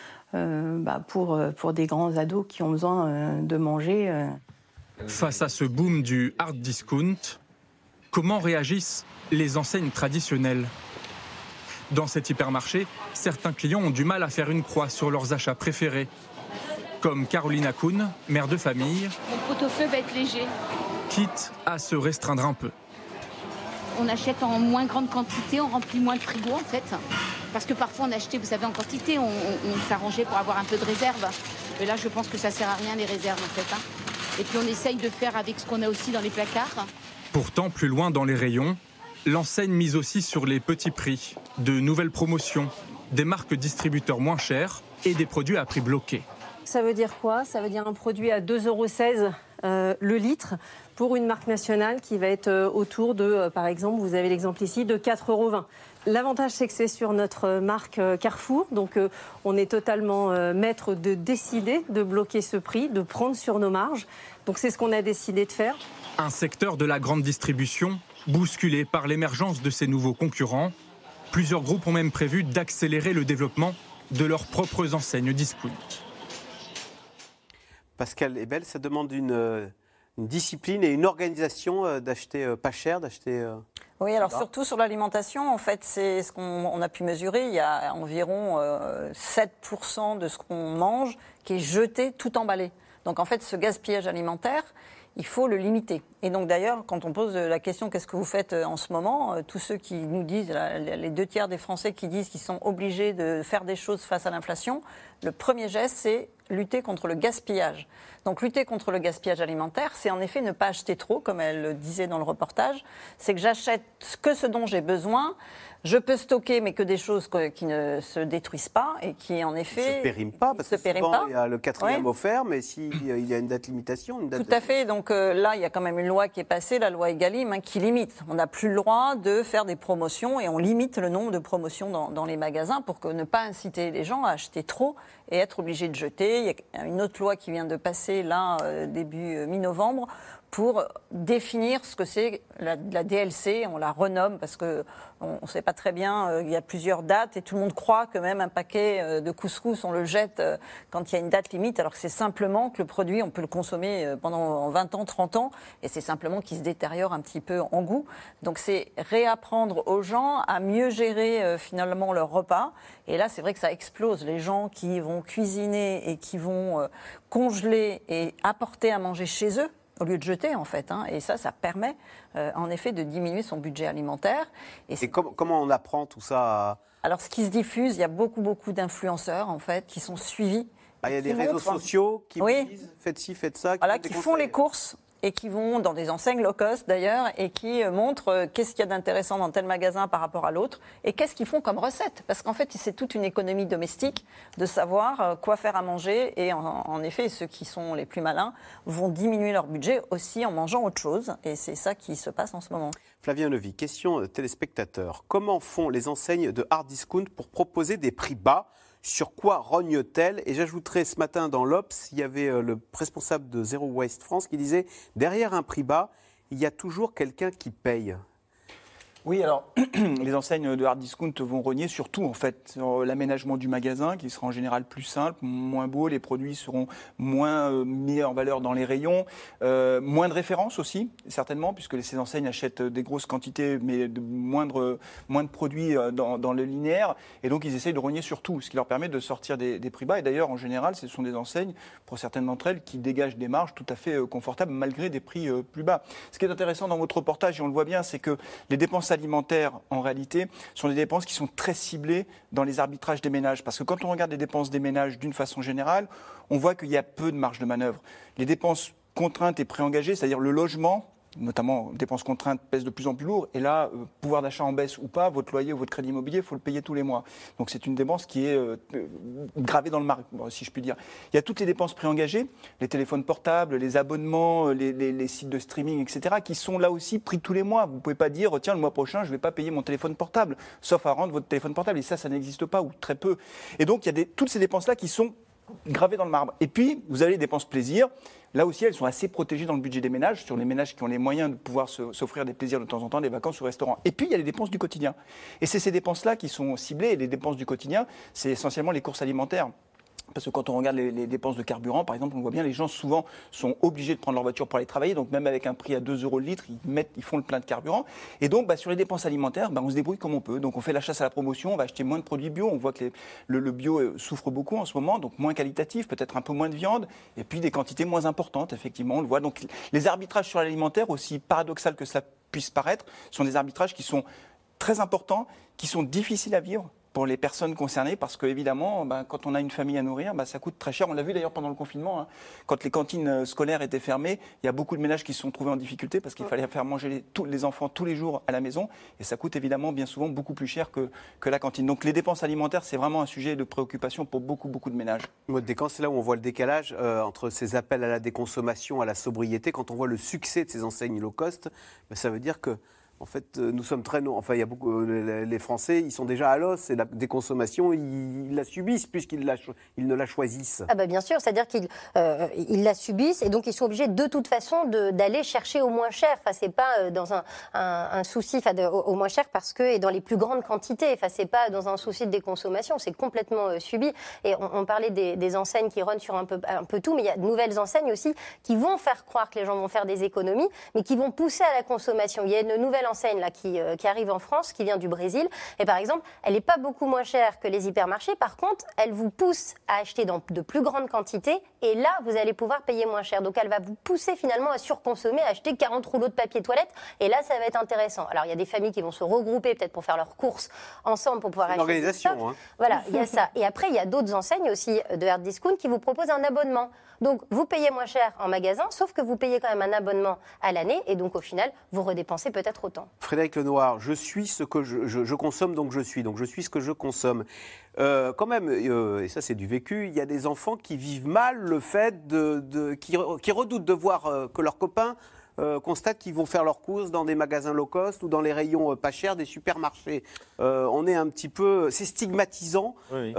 S12: pour des grands ados qui ont besoin de manger.
S11: Face à ce boom du hard discount, comment réagissent les enseignes traditionnelles ? Dans cet hypermarché, certains clients ont du mal à faire une croix sur leurs achats préférés. Comme Carolina Kuhn, mère de famille.
S13: Mon pot-au-feu va être léger.
S11: Quitte à se restreindre un peu.
S13: On achète en moins grande quantité, on remplit moins de frigo en fait. Parce que parfois on achetait, vous savez, en quantité, on s'arrangeait pour avoir un peu de réserve. Et là, je pense que ça sert à rien les réserves en fait. Et puis on essaye de faire avec ce qu'on a aussi dans les placards.
S11: Pourtant, plus loin dans les rayons, l'enseigne mise aussi sur les petits prix, de nouvelles promotions, des marques distributeurs moins chères et des produits à prix bloqué.
S14: Ça veut dire quoi? Ça veut dire un produit à 2,16 € le litre pour une marque nationale qui va être autour de, par exemple, vous avez l'exemple ici, de 4,20 €. L'avantage, c'est que c'est sur notre marque Carrefour, donc on est totalement maître de décider de bloquer ce prix, de prendre sur nos marges. Donc c'est ce qu'on a décidé de faire.
S11: Un secteur de la grande distribution bousculé par l'émergence de ces nouveaux concurrents. Plusieurs groupes ont même prévu d'accélérer le développement de leurs propres enseignes discount.
S1: Pascal Ebel, ça demande une une discipline et une organisation d'acheter pas cher, d'acheter...
S2: Oui, alors surtout sur l'alimentation, en fait, c'est ce qu'on a pu mesurer. Il y a environ 7% de ce qu'on mange qui est jeté tout emballé. Donc en fait, ce gaspillage alimentaire, il faut le limiter. Et donc d'ailleurs, quand on pose la question qu'est-ce que vous faites en ce moment, tous ceux qui nous disent, les 2 tiers des Français qui disent qu'ils sont obligés de faire des choses face à l'inflation, le premier geste, c'est lutter contre le gaspillage. Donc lutter contre le gaspillage alimentaire, c'est en effet ne pas acheter trop, comme elle le disait dans le reportage. C'est que j'achète que ce dont j'ai besoin. Je peux stocker, mais que des choses qui ne se détruisent pas et qui, en effet...
S1: Ne se périment pas, parce que souvent, il y a le 4e offert, mais s'il y a une date limitation...
S2: Tout à fait. Donc là, il y a quand même une loi qui est passée, la loi Egalim, qui limite. On n'a plus le droit de faire des promotions et on limite le nombre de promotions dans les magasins pour ne pas inciter les gens à acheter trop et être obligés de jeter. Il y a une autre loi qui vient de passer, là, début mi-novembre, pour définir ce que c'est la DLC. On la renomme parce qu'on ne sait pas très bien, il y a plusieurs dates et tout le monde croit que même un paquet de couscous, on le jette quand il y a une date limite, alors que c'est simplement que le produit, on peut le consommer pendant 20 ans, 30 ans, et c'est simplement qu'il se détériore un petit peu en goût. Donc c'est réapprendre aux gens à mieux gérer finalement leur repas. Et là, c'est vrai que ça explose. Les gens qui vont cuisiner et qui vont congeler et apporter à manger chez eux, au lieu de jeter, en fait. Et ça permet, en effet, de diminuer son budget alimentaire.
S1: Et comment on apprend tout ça
S2: Alors, ce qui se diffuse, il y a beaucoup d'influenceurs, en fait, qui sont suivis.
S1: Il y a des réseaux sociaux qui disent « faites ci, faites ça ».
S2: Voilà, qui font les courses et qui vont dans des enseignes low cost, d'ailleurs, et qui montrent qu'est-ce qu'il y a d'intéressant dans tel magasin par rapport à l'autre, et qu'est-ce qu'ils font comme recette. Parce qu'en fait, c'est toute une économie domestique de savoir quoi faire à manger, et en effet, ceux qui sont les plus malins vont diminuer leur budget aussi en mangeant autre chose, et c'est ça qui se passe en ce moment.
S1: Flavien Levy, question téléspectateur. Comment font les enseignes de hard discount pour proposer des prix bas ? Sur quoi rogne-t-elle ? Et j'ajouterai ce matin dans l'Obs, il y avait le responsable de Zero Waste France qui disait « Derrière un prix bas, il y a toujours quelqu'un qui paye ».
S4: Oui, alors les enseignes de hard discount vont rogner surtout en fait sur l'aménagement du magasin qui sera en général plus simple, moins beau, les produits seront moins mis en valeur dans les rayons, moins de références aussi certainement puisque ces enseignes achètent des grosses quantités mais moins de produits dans le linéaire et donc ils essayent de rogner sur tout, ce qui leur permet de sortir des prix bas et d'ailleurs en général ce sont des enseignes pour certaines d'entre elles qui dégagent des marges tout à fait confortables malgré des prix plus bas. Ce qui est intéressant dans votre reportage et on le voit bien c'est que les dépenses alimentaires, en réalité, sont des dépenses qui sont très ciblées dans les arbitrages des ménages. Parce que quand on regarde les dépenses des ménages d'une façon générale, on voit qu'il y a peu de marge de manœuvre. Les dépenses contraintes et préengagées, c'est-à-dire le logement, notamment dépenses contraintes, pèsent de plus en plus lourd. Et là, pouvoir d'achat en baisse ou pas, votre loyer ou votre crédit immobilier, il faut le payer tous les mois. Donc c'est une dépense qui est gravée dans le marbre, si je puis dire. Il y a toutes les dépenses préengagées, les téléphones portables, les abonnements, les sites de streaming, etc., qui sont là aussi pris tous les mois. Vous ne pouvez pas dire, tiens, le mois prochain, je ne vais pas payer mon téléphone portable, sauf à rendre votre téléphone portable. Et ça n'existe pas ou très peu. Et donc, il y a toutes ces dépenses-là qui sont gravées dans le marbre. Et puis, vous avez les dépenses plaisir. Là aussi, elles sont assez protégées dans le budget des ménages, sur les ménages qui ont les moyens de pouvoir s'offrir des plaisirs de temps en temps, des vacances au restaurant. Et puis, il y a les dépenses du quotidien. Et c'est ces dépenses-là qui sont ciblées. Et les dépenses du quotidien, c'est essentiellement les courses alimentaires. Parce que quand on regarde les dépenses de carburant, par exemple, on voit bien les gens souvent sont obligés de prendre leur voiture pour aller travailler. Donc même avec un prix à 2 € le litre, ils font le plein de carburant. Et donc sur les dépenses alimentaires, on se débrouille comme on peut. Donc on fait la chasse à la promotion, on va acheter moins de produits bio. On voit que le bio souffre beaucoup en ce moment, donc moins qualitatif, peut-être un peu moins de viande, et puis des quantités moins importantes, effectivement, on le voit. Donc les arbitrages sur l'alimentaire, aussi paradoxal que cela puisse paraître, sont des arbitrages qui sont très importants, qui sont difficiles à vivre pour les personnes concernées, parce qu'évidemment, quand on a une famille à nourrir, ça coûte très cher. On l'a vu d'ailleurs pendant le confinement, quand les cantines scolaires étaient fermées, il y a beaucoup de ménages qui se sont trouvés en difficulté parce qu'il fallait faire manger les enfants tous les jours à la maison, et ça coûte évidemment bien souvent beaucoup plus cher que la cantine. Donc les dépenses alimentaires, c'est vraiment un sujet de préoccupation pour beaucoup de ménages.
S1: C'est là où on voit le décalage entre ces appels à la déconsommation, à la sobriété. Quand on voit le succès de ces enseignes low cost, ça veut dire que En fait, nous sommes très... Enfin, il y a beaucoup... les Français, ils sont déjà à l'os. C'est la déconsommation, ils la subissent puisqu'ils ils ne la choisissent.
S3: Ah bah bien sûr, c'est-à-dire qu'ils la subissent et donc ils sont obligés de toute façon d'aller chercher au moins cher. Enfin, c'est pas dans un souci au moins cher parce que et dans les plus grandes quantités. Enfin, c'est pas dans un souci de déconsommation, c'est complètement subi. Et on parlait des enseignes qui runnent sur un peu tout, mais il y a de nouvelles enseignes aussi qui vont faire croire que les gens vont faire des économies, mais qui vont pousser à la consommation. Il y a une nouvelle enseigne là qui arrive en France, qui vient du Brésil, et par exemple, elle n'est pas beaucoup moins chère que les hypermarchés. Par contre, elle vous pousse à acheter dans de plus grandes quantités, et là, vous allez pouvoir payer moins cher. Donc, elle va vous pousser finalement à surconsommer, à acheter 40 rouleaux de papier toilette, et là, ça va être intéressant. Alors, il y a des familles qui vont se regrouper peut-être pour faire leurs courses ensemble pour pouvoir acheter.
S1: Une organisation, hein.
S3: Voilà, il y a ça. Et après, il y a d'autres enseignes aussi de hard discount qui vous proposent un abonnement. Donc, vous payez moins cher en magasin, sauf que vous payez quand même un abonnement à l'année, et donc au final, vous redépensez peut-être autant.
S1: Frédéric Lenoir, je suis ce que je consomme, donc je suis ce que je consomme. Quand même, et ça c'est du vécu, il y a des enfants qui vivent mal le fait qui redoutent de voir que leurs copains constatent qu'ils vont faire leurs courses dans des magasins low cost ou dans les rayons pas chers des supermarchés. On est un petit peu... C'est stigmatisant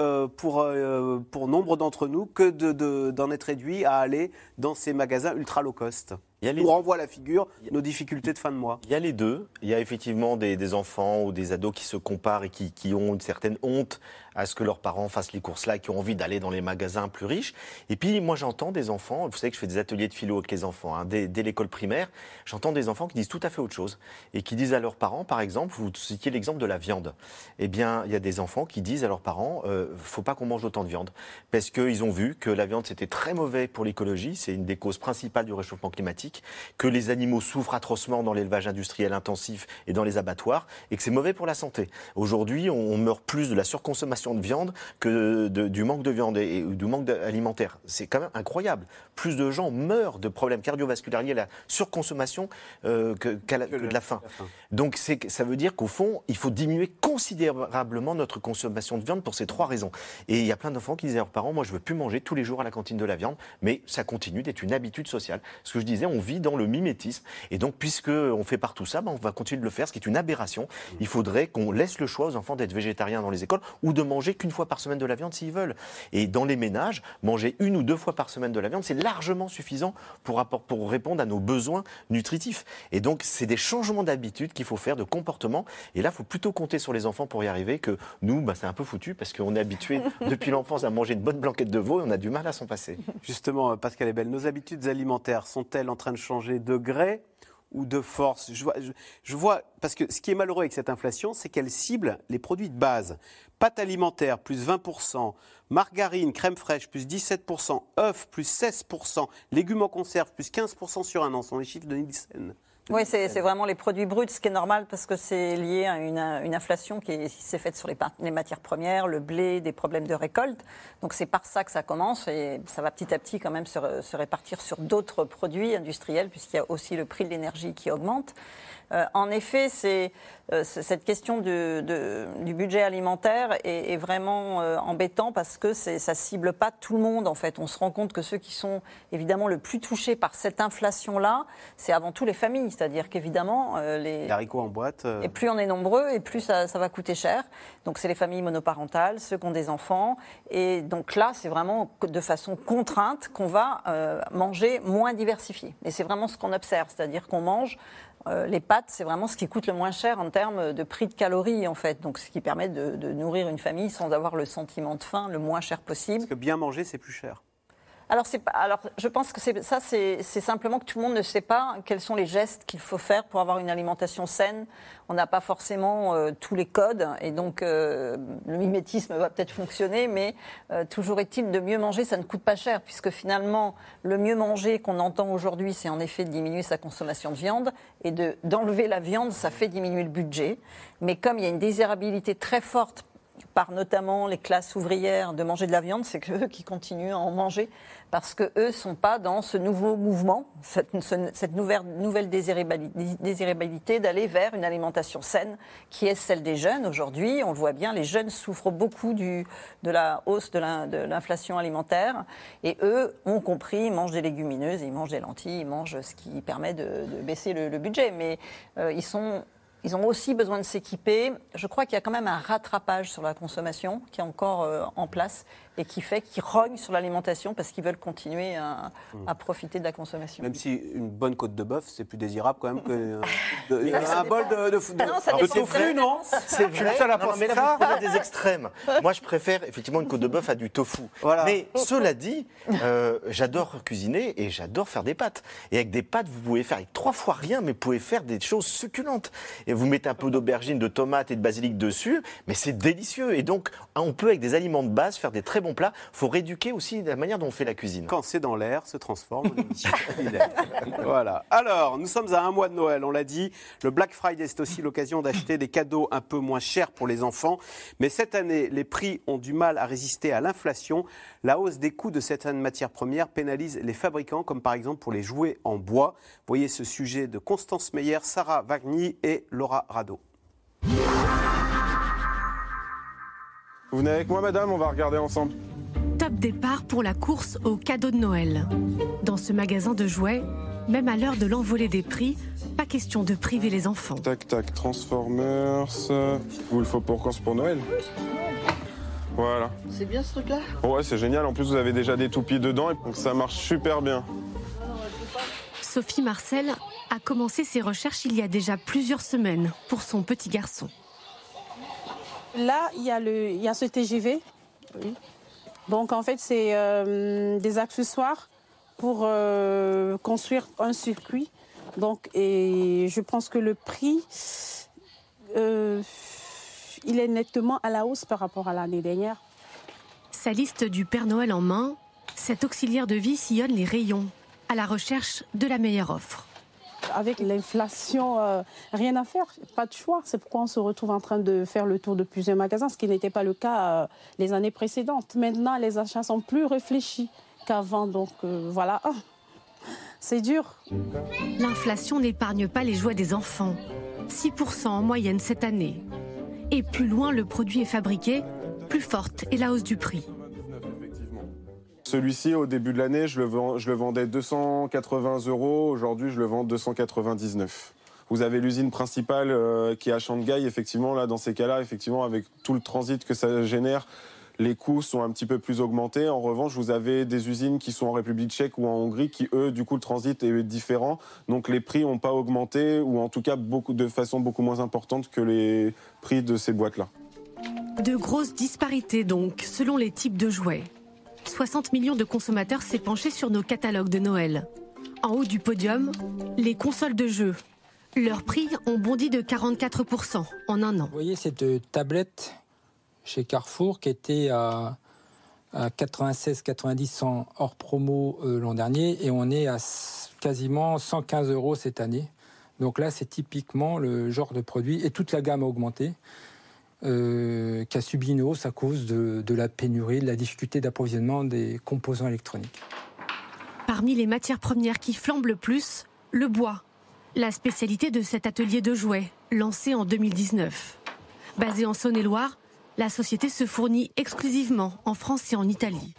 S1: pour nombre d'entre nous que d'en être réduit à aller dans ces magasins ultra low cost. Nous renvoie à la figure nos difficultés de fin de mois.
S5: Il y a les deux. Il y a effectivement des enfants ou des ados qui se comparent et qui ont une certaine honte à ce que leurs parents fassent les courses là, qui ont envie d'aller dans les magasins plus riches. Et puis moi j'entends des enfants, vous savez que je fais des ateliers de philo avec les enfants, dès l'école primaire, j'entends des enfants qui disent tout à fait autre chose et qui disent à leurs parents, par exemple, vous citiez l'exemple de la viande. Eh bien, il y a des enfants qui disent à leurs parents, faut pas qu'on mange autant de viande, parce qu'ils ont vu que la viande c'était très mauvais pour l'écologie, c'est une des causes principales du réchauffement climatique, que les animaux souffrent atrocement dans l'élevage industriel intensif et dans les abattoirs, et que c'est mauvais pour la santé. Aujourd'hui, on meurt plus de la surconsommation de viande que du manque de viande et du manque alimentaire. C'est quand même incroyable. Plus de gens meurent de problèmes cardiovasculaires liés à la surconsommation que de la faim. Donc ça veut dire qu'au fond, il faut diminuer considérablement notre consommation de viande pour ces trois raisons. Et il y a plein d'enfants qui disaient à leurs parents, moi je veux plus manger tous les jours à la cantine de la viande, mais ça continue d'être une habitude sociale. Ce que je disais, on vit dans le mimétisme. Et donc, puisqu'on fait partout ça, on va continuer de le faire, ce qui est une aberration. Il faudrait qu'on laisse le choix aux enfants d'être végétariens dans les écoles ou de manger qu'une fois par semaine de la viande s'ils veulent. Et dans les ménages, manger 1 ou 2 fois par semaine de la viande, c'est largement suffisant pour répondre à nos besoins nutritifs. Et donc, c'est des changements d'habitude qu'il faut faire, de comportement. Et là, il faut plutôt compter sur les enfants pour y arriver que nous, c'est un peu foutu parce qu'on est habitué depuis l'enfance à manger une bonne blanquette de veau et on a du mal à s'en passer.
S1: Justement, Pascal Ebel, nos habitudes alimentaires sont-elles en train de changer de gré ou de force? Je vois, parce que ce qui est malheureux avec cette inflation, c'est qu'elle cible les produits de base. Pâtes alimentaires, plus 20%, margarine, crème fraîche, plus 17%, œufs, plus 16%, légumes en conserve, plus 15% sur un an, ce sont les chiffres de Nielsen.
S2: Oui, c'est vraiment les produits bruts, ce qui est normal parce que c'est lié à une inflation qui s'est faite sur les matières premières, le blé, des problèmes de récolte. Donc c'est par ça que ça commence et ça va petit à petit quand même se répartir sur d'autres produits industriels puisqu'il y a aussi le prix de l'énergie qui augmente. En effet, cette question du budget alimentaire est vraiment embêtant parce que ça cible pas tout le monde en fait. On se rend compte que ceux qui sont évidemment le plus touchés par cette inflation-là, c'est avant tout les familles. C'est-à-dire qu'évidemment, les
S1: haricots en boîte.
S2: Et plus on est nombreux, et plus ça va coûter cher. Donc c'est les familles monoparentales, ceux qui ont des enfants. Et donc là, c'est vraiment de façon contrainte qu'on va manger moins diversifié. Et c'est vraiment ce qu'on observe, c'est-à-dire qu'on mange les pâtes, c'est vraiment ce qui coûte le moins cher en termes de prix de calories, en fait. Donc, ce qui permet de nourrir une famille sans avoir le sentiment de faim le moins cher possible.
S1: Parce que bien manger, c'est plus cher.
S2: Alors, je pense que c'est simplement que tout le monde ne sait pas quels sont les gestes qu'il faut faire pour avoir une alimentation saine. On n'a pas forcément tous les codes et donc le mimétisme va peut-être fonctionner, mais toujours est-il de mieux manger, ça ne coûte pas cher puisque finalement, le mieux manger qu'on entend aujourd'hui, c'est en effet de diminuer sa consommation de viande et d'enlever la viande, ça fait diminuer le budget. Mais comme il y a une désirabilité très forte par notamment les classes ouvrières de manger de la viande, c'est qu'eux qui continuent à en manger parce qu'eux ne sont pas dans ce nouveau mouvement, cette nouvelle désirabilité d'aller vers une alimentation saine qui est celle des jeunes. Aujourd'hui, on le voit bien, les jeunes souffrent beaucoup de la hausse de l'inflation alimentaire et eux ont compris, ils mangent des légumineuses, ils mangent des lentilles, ils mangent ce qui permet de baisser le budget. Mais ils Ils ont aussi besoin de s'équiper. Je crois qu'il y a quand même un rattrapage sur la consommation qui est encore en place et qui fait qu'ils rognent sur l'alimentation parce qu'ils veulent continuer à profiter de la consommation.
S1: Même si une bonne côte de bœuf, c'est plus désirable quand même qu'un bol de tofu, non?
S5: C'est vrai. Mais là, vous prenez des extrêmes. Moi, je préfère effectivement une côte de bœuf à du tofu.
S1: Voilà.
S5: Mais cela dit, j'adore cuisiner et j'adore faire des pâtes. Et avec des pâtes, vous pouvez faire avec 3 fois rien, mais vous pouvez faire des choses succulentes. Et vous mettez un peu d'aubergine, de tomates et de basilic dessus, mais c'est délicieux. Et donc, on peut avec des aliments de base faire des très bons plats. Il faut rééduquer aussi la manière dont on fait la cuisine.
S1: Quand c'est dans l'air, se transforme en émission. Voilà. Alors, nous sommes à 1 mois de Noël, on l'a dit. Le Black Friday, c'est aussi l'occasion d'acheter des cadeaux un peu moins chers pour les enfants. Mais cette année, les prix ont du mal à résister à l'inflation. La hausse des coûts de certaines matières premières pénalise les fabricants, comme par exemple pour les jouets en bois. Voyez ce sujet de Constance Meyer, Sarah Wagny et Laura Rado.
S15: Vous venez avec moi, madame, on va regarder ensemble.
S16: Top départ pour la course aux cadeaux de Noël. Dans ce magasin de jouets, même à l'heure de l'envolée des prix, pas question de priver les enfants.
S15: Tac, tac, Transformers. Vous le faut pour quand? C'est pour Noël? Voilà.
S17: C'est bien ce truc-là?
S15: Ouais, c'est génial. En plus, vous avez déjà des toupies dedans, donc ça marche super bien.
S16: Sophie Marcel a commencé ses recherches il y a déjà plusieurs semaines pour son petit garçon.
S18: Là, il y a ce TGV. Oui. Donc, en fait, c'est des accessoires pour construire un circuit. Donc, et je pense que le prix, il est nettement à la hausse par rapport à l'année dernière.
S16: Sa liste du Père Noël en main, cet auxiliaire de vie sillonne les rayons, à la recherche de la meilleure offre.
S18: Avec l'inflation, rien à faire, pas de choix. C'est pourquoi on se retrouve en train de faire le tour de plusieurs magasins, ce qui n'était pas le cas les années précédentes. Maintenant, les achats sont plus réfléchis qu'avant, donc voilà, c'est dur.
S16: L'inflation n'épargne pas les jouets des enfants. 6% en moyenne cette année. Et plus loin le produit est fabriqué, plus forte est la hausse du prix.
S15: Celui-ci, au début de l'année, je le vendais 280 €. Aujourd'hui, je le vends 299. Vous avez l'usine principale qui est à Shanghai. Effectivement, là, dans ces cas-là, effectivement, avec tout le transit que ça génère, les coûts sont un petit peu plus augmentés. En revanche, vous avez des usines qui sont en République tchèque ou en Hongrie qui, eux, du coup, le transit est différent. Donc, les prix n'ont pas augmenté, ou en tout cas de façon beaucoup moins importante que les prix de ces boîtes-là.
S16: De grosses disparités, donc, selon les types de jouets. 60 millions de consommateurs s'est penché sur nos catalogues de Noël. En haut du podium, les consoles de jeux. Leurs prix ont bondi de 44% en un an.
S19: Vous voyez cette tablette chez Carrefour qui était à 96,90 hors promo l'an dernier et on est à quasiment 115 € cette année. Donc là, c'est typiquement le genre de produit et toute la gamme a augmenté. Qui a subi une hausse à cause de la pénurie, de la difficulté d'approvisionnement des composants électroniques.
S16: Parmi les matières premières qui flambent le plus, le bois. La spécialité de cet atelier de jouets, lancé en 2019. Basé en Saône-et-Loire, la société se fournit exclusivement en France et en Italie.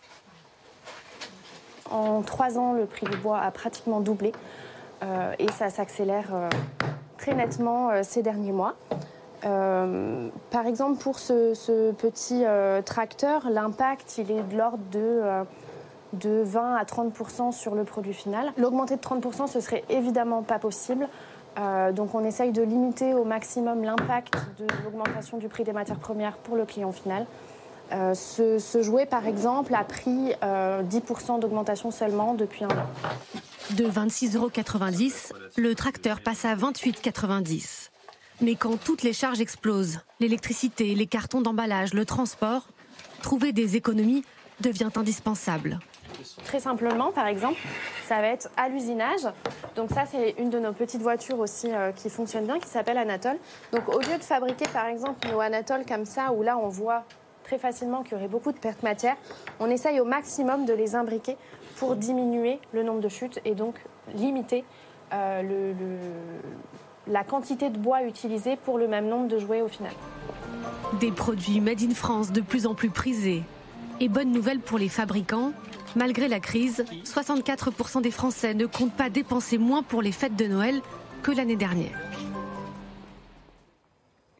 S20: En 3 ans, le prix du bois a pratiquement doublé et ça s'accélère très nettement ces derniers mois. Par exemple, pour ce petit tracteur, l'impact il est de l'ordre de 20 à 30% sur le produit final. L'augmenter de 30%, ce serait évidemment pas possible. Donc on essaye de limiter au maximum l'impact de l'augmentation du prix des matières premières pour le client final. Ce jouet, par exemple, a pris 10% d'augmentation seulement depuis un an.
S16: De 26,90 €, le tracteur passe à 28,90 €. Mais quand toutes les charges explosent, l'électricité, les cartons d'emballage, le transport, trouver des économies devient indispensable.
S20: Très simplement, par exemple, ça va être à l'usinage. Donc ça, c'est une de nos petites voitures aussi qui fonctionne bien, qui s'appelle Anatole. Donc au lieu de fabriquer, par exemple, nos Anatole comme ça, où là, on voit très facilement qu'il y aurait beaucoup de pertes matières, on essaye au maximum de les imbriquer pour diminuer le nombre de chutes et donc limiter la quantité de bois utilisée pour le même nombre de jouets au final.
S16: Des produits made in France de plus en plus prisés. Et bonne nouvelle pour les fabricants, malgré la crise, 64% des Français ne comptent pas dépenser moins pour les fêtes de Noël que l'année dernière.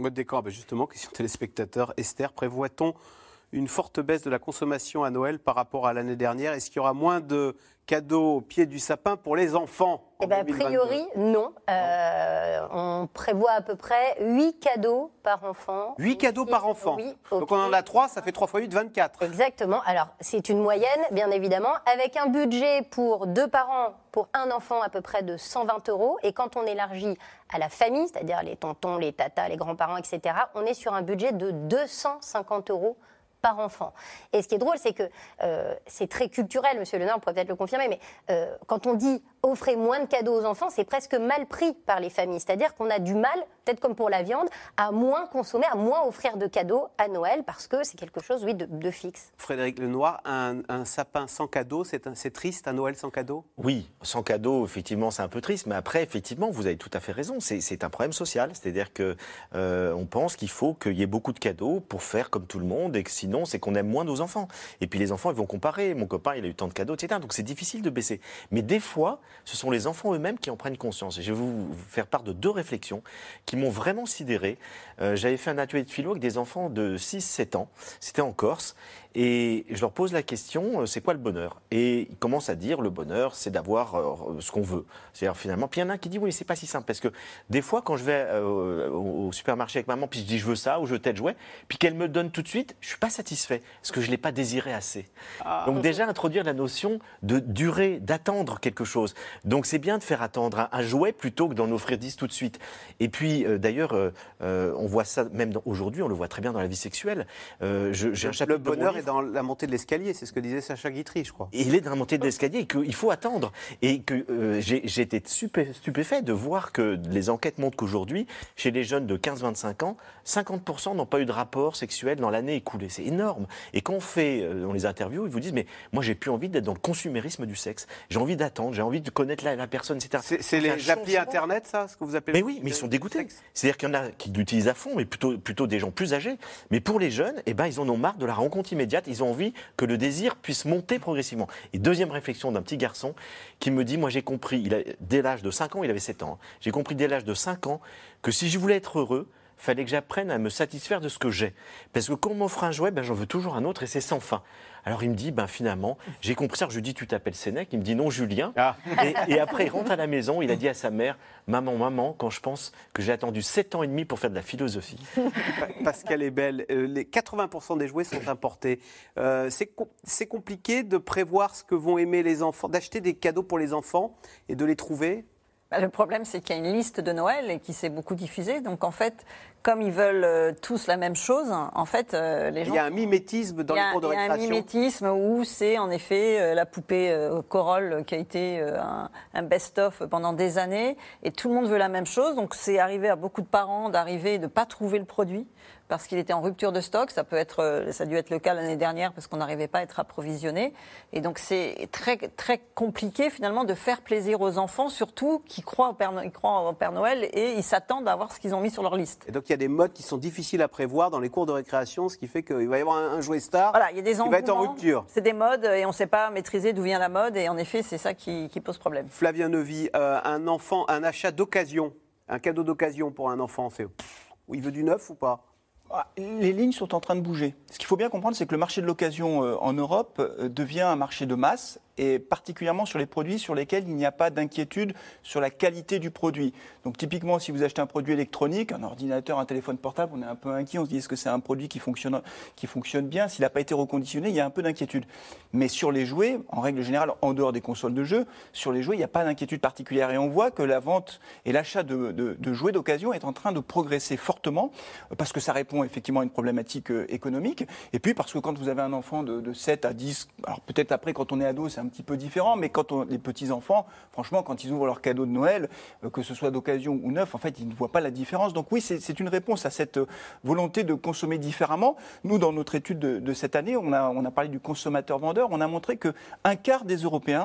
S1: Mode décor, justement, question téléspectateur. Esther, prévoit-on une forte baisse de la consommation à Noël par rapport à l'année dernière? Est-ce qu'il y aura moins de cadeaux au pied du sapin pour les enfants en 2022?
S3: A priori, non. On prévoit à peu près 8 cadeaux par enfant.
S1: 8 cadeaux par enfant.
S3: Oui,
S1: donc on en a 3, ça fait 3 fois 8, 24.
S3: Exactement. Alors, c'est une moyenne, bien évidemment, avec un budget pour 2 parents, pour un enfant à peu près de 120 €. Et quand on élargit à la famille, c'est-à-dire les tontons, les tatas, les grands-parents, etc., on est sur un budget de 250 € par enfant. Et ce qui est drôle, c'est que c'est très culturel, Monsieur Léonard pourrait peut-être le confirmer, mais quand on dit offrez moins de cadeaux aux enfants, c'est presque mal pris par les familles. C'est-à-dire qu'on a du mal, peut-être comme pour la viande, à moins consommer, à moins offrir de cadeaux à Noël, parce que c'est quelque chose, oui, de fixe.
S1: Frédéric Lenoir, un sapin sans cadeaux, c'est triste, un Noël sans cadeaux?
S5: Oui, sans cadeaux, effectivement, c'est un peu triste, mais après, effectivement, vous avez tout à fait raison, c'est un problème social, c'est-à-dire que on pense qu'il faut qu'il y ait beaucoup de cadeaux pour faire comme tout le monde, et que sinon, c'est qu'on aime moins nos enfants. Et puis les enfants, ils vont comparer, mon copain, il a eu tant de cadeaux, etc. Donc c'est difficile de baisser. Mais des fois, ce sont les enfants eux-mêmes qui en prennent conscience. Et je vais vous faire part de 2 réflexions qui m'ont vraiment sidéré. J'avais fait un atelier de philo avec des enfants de 6-7 ans, c'était en Corse, et je leur pose la question, c'est quoi le bonheur? Et ils commencent à dire, le bonheur, c'est d'avoir ce qu'on veut. C'est-à-dire finalement, puis il y en a un qui dit, oui, c'est pas si simple, parce que des fois, quand je vais au supermarché avec maman, puis je dis, je veux ça, ou je veux tel jouet, puis qu'elle me le donne tout de suite, je suis pas satisfait, parce que je l'ai pas désiré assez. Donc déjà, introduire la notion de durée, d'attendre quelque chose. Donc c'est bien de faire attendre un jouet plutôt que d'en offrir 10 tout de suite. Et puis, d'ailleurs, on voit ça, même aujourd'hui, on le voit très bien dans la vie sexuelle. J'ai un chapitre
S1: le bonheur est dans la montée de l'escalier, c'est ce que disait Sacha Guitry, je crois.
S5: Et il est dans la montée de l'escalier et qu'il faut attendre. Et que j'ai été stupéfait de voir que les enquêtes montrent qu'aujourd'hui, chez les jeunes de 15-25 ans, 50% n'ont pas eu de rapport sexuel dans l'année écoulée. C'est énorme. Et quand on fait dans les interviews, ils vous disent, mais moi, j'ai plus envie d'être dans le consumérisme du sexe. J'ai envie d'attendre, j'ai envie de connaître la personne, etc.
S1: C'est les applis Internet, ça, ce que vous appelez?
S5: Mais oui, mais ils sont dégoûtés. C'est-à-dire qu'il y en a qui l'utilisent à fond, mais plutôt des gens plus âgés. Mais pour les jeunes, eh ben, ils en ont marre de la rencontre immédiate. Ils ont envie que le désir puisse monter progressivement. Et deuxième réflexion d'un petit garçon qui me dit, moi j'ai compris, dès l'âge de 5 ans, il avait 7 ans, j'ai compris dès l'âge de 5 ans que si je voulais être heureux, fallait que j'apprenne à me satisfaire de ce que j'ai. Parce que quand on m'offre un jouet, ben, j'en veux toujours un autre et c'est sans fin. Alors il me dit, ben, finalement, j'ai compris ça. Je lui dis, tu t'appelles Sénèque? Il me dit, non, Julien. Et après, il rentre à la maison, il a dit à sa mère, maman, quand je pense que j'ai attendu 7 ans et demi pour faire de la philosophie.
S1: Pascal est belle. Les 80% des jouets sont importés. C'est compliqué de prévoir ce que vont aimer les enfants, d'acheter des cadeaux pour les enfants et de les trouver?
S2: Le problème, c'est qu'il y a une liste de Noël et qui s'est beaucoup diffusée. Donc, en fait, comme ils veulent tous la même chose, en fait, les gens...
S1: Il y a un mimétisme dans les cours de récréation.
S2: Il y a un mimétisme où c'est, en effet, la poupée Corolle qui a été un best-of pendant des années. Et tout le monde veut la même chose. Donc, c'est arrivé à beaucoup de parents d'arriver et de ne pas trouver le produit parce qu'il était en rupture de stock. Ça a dû être le cas l'année dernière parce qu'on n'arrivait pas à être approvisionné. Et donc, c'est très, très compliqué, finalement, de faire plaisir aux enfants, surtout qui croient au Père Noël et ils s'attendent à voir ce qu'ils ont mis sur leur liste.
S1: Et donc, il y a des modes qui sont difficiles à prévoir dans les cours de récréation, ce qui fait qu'il va y avoir un jouet star
S2: voilà, il y a des
S1: qui va être en rupture.
S2: C'est des modes et on ne sait pas maîtriser d'où vient la mode. Et en effet, c'est ça qui pose problème.
S1: Flavien Neuvy, un achat d'occasion, un cadeau d'occasion pour un enfant, il veut du neuf ou pas?
S4: Les lignes sont en train de bouger. Ce qu'il faut bien comprendre, c'est que le marché de l'occasion en Europe devient un marché de masse, et particulièrement sur les produits sur lesquels il n'y a pas d'inquiétude sur la qualité du produit. Donc typiquement, si vous achetez un produit électronique, un ordinateur, un téléphone portable, on est un peu inquiet, on se dit est-ce que c'est un produit qui fonctionne bien? S'il n'a pas été reconditionné, il y a un peu d'inquiétude. Mais sur les jouets, en règle générale, en dehors des consoles de jeux, sur les jouets, il n'y a pas d'inquiétude particulière. Et on voit que la vente et l'achat de jouets d'occasion est en train de progresser fortement, parce que ça répond effectivement à une problématique économique, et puis parce que quand vous avez un enfant de 7 à 10, alors peut-être après quand on est ado, c'est un petit peu différent, mais quand les petits-enfants, franchement, quand ils ouvrent leur cadeau de Noël, que ce soit d'occasion ou neuf, en fait, ils ne voient pas la différence. Donc oui, c'est une réponse à cette volonté de consommer différemment. Nous, dans notre étude de cette année, on a parlé du consommateur-vendeur, on a montré qu'un quart des Européens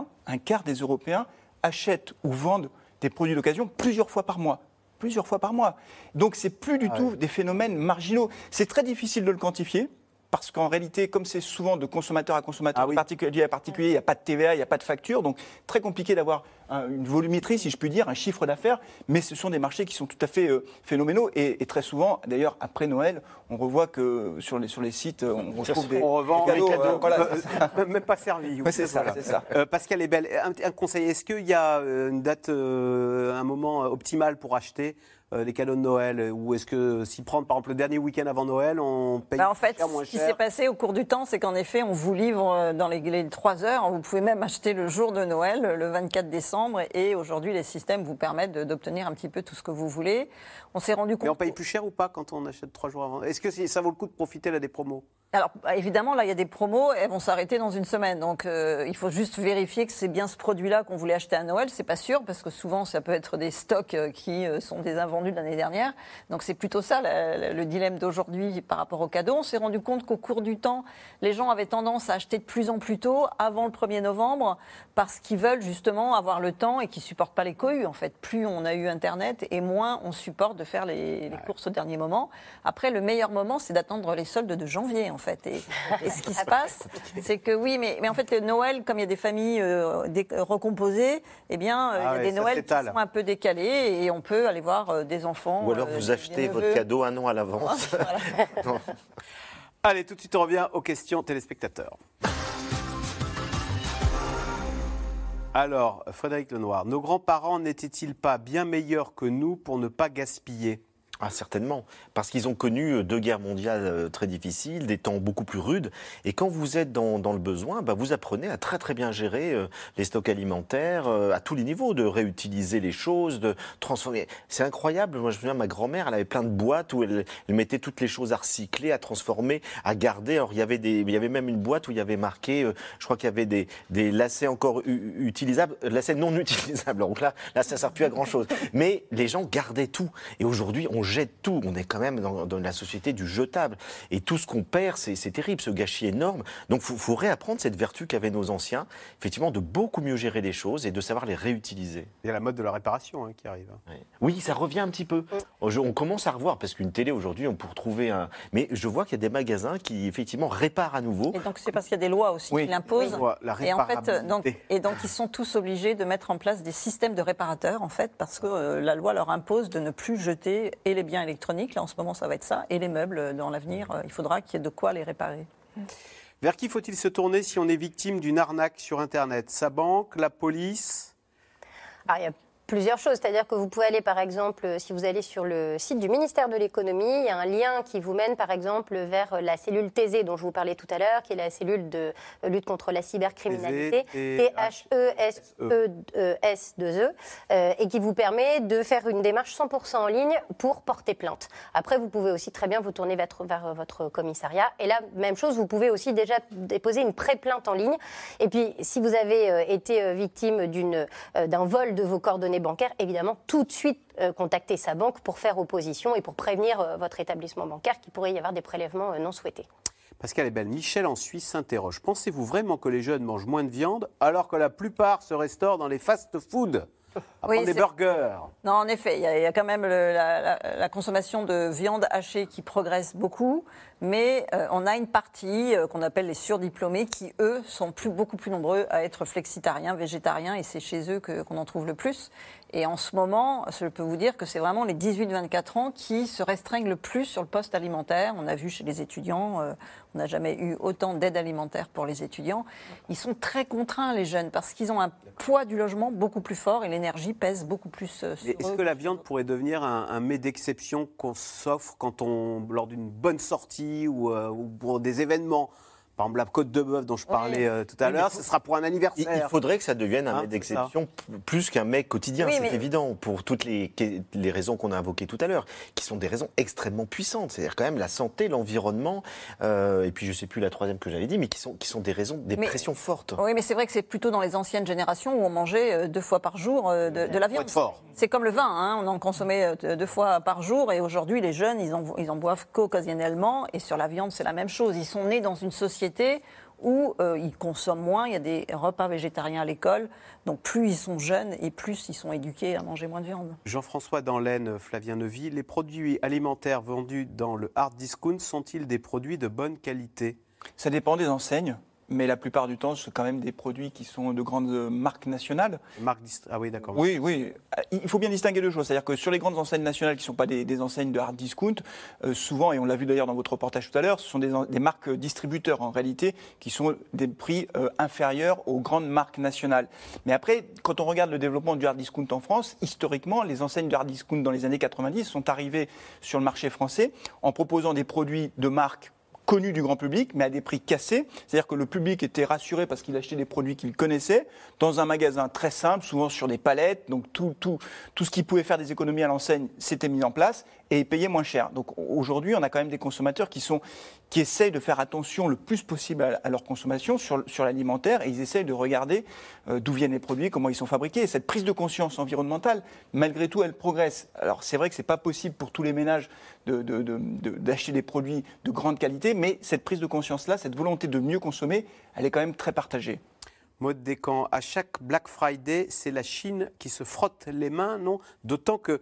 S4: achètent ou vendent des produits d'occasion plusieurs fois par mois. Donc c'est plus du tout des phénomènes marginaux. C'est très difficile de le quantifier, parce qu'en réalité, comme c'est souvent de consommateur à consommateur, particulier à particulier, il n'y a pas de TVA, il n'y a pas de facture, donc très compliqué d'avoir une volumétrie, si je puis dire, un chiffre d'affaires, mais ce sont des marchés qui sont tout à fait phénoménaux, et très souvent, d'ailleurs, après Noël, on revoit que sur les sites, on retrouve
S1: on revend
S4: des cadeaux,
S1: voilà, même pas servi.
S4: Ouais, c'est ça, c'est ça.
S1: Pascal Ebel, un conseil, est-ce qu'il y a une date, un moment optimal pour acheter les cadeaux de Noël, ou est-ce que s'y prendre par exemple le dernier week-end avant Noël, on paye
S2: en fait,
S1: cher, moins
S2: ce qui
S1: cher
S2: s'est passé au cours du temps, c'est qu'en effet, on vous livre dans les 3 heures. Vous pouvez même acheter le jour de Noël, le 24 décembre, et aujourd'hui, les systèmes vous permettent d'obtenir un petit peu tout ce que vous voulez. On s'est rendu compte.
S1: Mais on paye plus cher ou pas quand on achète 3 jours avant? Est-ce que ça vaut le coup de profiter là des promos?
S2: Alors, évidemment, là, il y a des promos, elles vont s'arrêter dans une semaine. Donc, il faut juste vérifier que c'est bien ce produit-là qu'on voulait acheter à Noël. C'est pas sûr, parce que souvent, ça peut être des stocks qui sont des invendus de l'année dernière. Donc, c'est plutôt ça, le dilemme d'aujourd'hui par rapport aux cadeaux. On s'est rendu compte qu'au cours du temps, les gens avaient tendance à acheter de plus en plus tôt, avant le 1er novembre, parce qu'ils veulent justement avoir le temps et qu'ils supportent pas les cohues. En fait, plus on a eu Internet et moins on supporte de faire les courses au dernier moment. Après, le meilleur moment, c'est d'attendre les soldes de janvier, en fait. Et ce qui se passe, c'est que oui, mais en fait, le Noël, comme il y a des familles recomposées, eh bien, il y a des Noëls qui sont un peu décalés et on peut aller voir des enfants.
S5: Ou alors vous achetez votre cadeau un an à l'avance.
S1: Voilà. Allez, tout de suite, on revient aux questions téléspectateurs. Alors, Frédéric Lenoir, nos grands-parents n'étaient-ils pas bien meilleurs que nous pour ne pas gaspiller?
S5: Ah, certainement, parce qu'ils ont connu 2 guerres mondiales très difficiles, des temps beaucoup plus rudes. Et quand vous êtes dans le besoin, vous apprenez à très très bien gérer les stocks alimentaires à tous les niveaux, de réutiliser les choses, de transformer. C'est incroyable. Moi, je me souviens, ma grand-mère, elle avait plein de boîtes où elle mettait toutes les choses à recycler, à transformer, à garder. Alors, il y avait même une boîte où il y avait marqué, je crois qu'il y avait des lacets encore utilisables, lacets non utilisables. Donc là, ça ne sert plus à grand-chose. Mais les gens gardaient tout. Et aujourd'hui, on jette tout. On est quand même dans la société du jetable. Et tout ce qu'on perd, c'est terrible, ce gâchis énorme. Donc, il faut réapprendre cette vertu qu'avaient nos anciens, effectivement, de beaucoup mieux gérer les choses et de savoir les réutiliser.
S1: Il y a la mode de la réparation qui arrive.
S5: Oui, ça revient un petit peu. On commence à revoir, parce qu'une télé, aujourd'hui, on peut retrouver un... Mais je vois qu'il y a des magasins qui, effectivement, réparent à nouveau.
S2: Et donc, c'est parce qu'il y a des lois aussi qui l'imposent.
S1: Et en fait,
S2: donc, ils sont tous obligés de mettre en place des systèmes de réparateurs, en fait, parce que la loi leur impose de ne plus jeter et les biens électroniques, là en ce moment ça va être ça, et les meubles dans l'avenir, il faudra qu'il y ait de quoi les réparer.
S1: Vers qui faut-il se tourner si on est victime d'une arnaque sur Internet? Sa banque, la police?
S3: Il y a plusieurs choses, c'est-à-dire que vous pouvez aller par exemple, si vous allez sur le site du ministère de l'économie, il y a un lien qui vous mène par exemple vers la cellule TESE dont je vous parlais tout à l'heure, qui est la cellule de lutte contre la cybercriminalité, THESES2E, et qui vous permet de faire une démarche 100% en ligne pour porter plainte. Après, vous pouvez aussi très bien vous tourner vers votre commissariat, et là, même chose, vous pouvez aussi déjà déposer une pré-plainte en ligne, et puis si vous avez été victime d'un vol de vos coordonnées bancaire, évidemment, tout de suite contacter sa banque pour faire opposition et pour prévenir votre établissement bancaire qu'il pourrait y avoir des prélèvements non souhaités.
S1: Pascal Ebel, Michel en Suisse s'interroge. Pensez-vous vraiment que les jeunes mangent moins de viande alors que la plupart se restaurent dans les fast-food à prendre des burgers?
S2: Non, en effet, il y a quand même la consommation de viande hachée qui progresse beaucoup, mais on a une partie qu'on appelle les surdiplômés qui, eux, sont beaucoup plus nombreux à être flexitariens, végétariens, et c'est chez eux qu'on en trouve le plus. Et en ce moment, je peux vous dire que c'est vraiment les 18-24 ans qui se restreignent le plus sur le poste alimentaire. On a vu chez les étudiants, on n'a jamais eu autant d'aide alimentaire pour les étudiants. Ils sont très contraints, les jeunes, parce qu'ils ont un poids du logement beaucoup plus fort et l'énergie pèse beaucoup plus sur eux.
S1: Est-ce que la viande pourrait devenir un mets d'exception qu'on s'offre lors d'une bonne sortie ou pour des événements? Par exemple, la côte de bœuf dont je parlais tout à l'heure, ce sera pour un anniversaire.
S5: Il faudrait que ça devienne un mets d'exception plus qu'un mets quotidien, c'est évident, pour toutes les raisons qu'on a invoquées tout à l'heure, qui sont des raisons extrêmement puissantes. C'est-à-dire quand même la santé, l'environnement, et puis je ne sais plus la troisième que j'avais dit, mais qui sont des raisons, des pressions fortes.
S2: Oui, mais c'est vrai que c'est plutôt dans les anciennes générations où on mangeait 2 fois par jour de la viande. C'est comme le vin, on en consommait 2 fois par jour, et aujourd'hui les jeunes, ils en boivent qu'occasionnellement, et sur la viande c'est la même chose. Ils sont nés dans une société où ils consomment moins. Il y a des repas végétariens à l'école. Donc plus ils sont jeunes et plus ils sont éduqués à manger moins de viande.
S1: Jean-François dans l'Aisne, Flavien Neuvy, les produits alimentaires vendus dans le hard discount sont-ils des produits de bonne qualité ?
S4: Ça dépend des enseignes. Mais la plupart du temps, c'est quand même des produits qui sont de grandes marques nationales.
S1: Ah oui, d'accord.
S4: Oui, oui. Il faut bien distinguer deux choses. C'est-à-dire que sur les grandes enseignes nationales qui ne sont pas des enseignes de hard discount, souvent, et on l'a vu d'ailleurs dans votre reportage tout à l'heure, ce sont des marques distributeurs en réalité qui sont des prix inférieurs aux grandes marques nationales. Mais après, quand on regarde le développement du hard discount en France, historiquement, les enseignes de hard discount dans les années 90 sont arrivées sur le marché français en proposant des produits de marques connus du grand public, mais à des prix cassés. C'est-à-dire que le public était rassuré parce qu'il achetait des produits qu'il connaissait dans un magasin très simple, souvent sur des palettes. Donc tout ce qui pouvait faire des économies à l'enseigne s'était mis en place et payait moins cher. Donc aujourd'hui, on a quand même des consommateurs qui essayent de faire attention le plus possible à leur consommation sur l'alimentaire et ils essayent de regarder d'où viennent les produits, comment ils sont fabriqués. Et cette prise de conscience environnementale, malgré tout, elle progresse. Alors c'est vrai que ce n'est pas possible pour tous les ménages d'acheter des produits de grande qualité, mais cette prise de conscience-là, cette volonté de mieux consommer, elle est quand même très partagée.
S1: Maud Descamps, à chaque Black Friday, c'est la Chine qui se frotte les mains, non ? D'autant que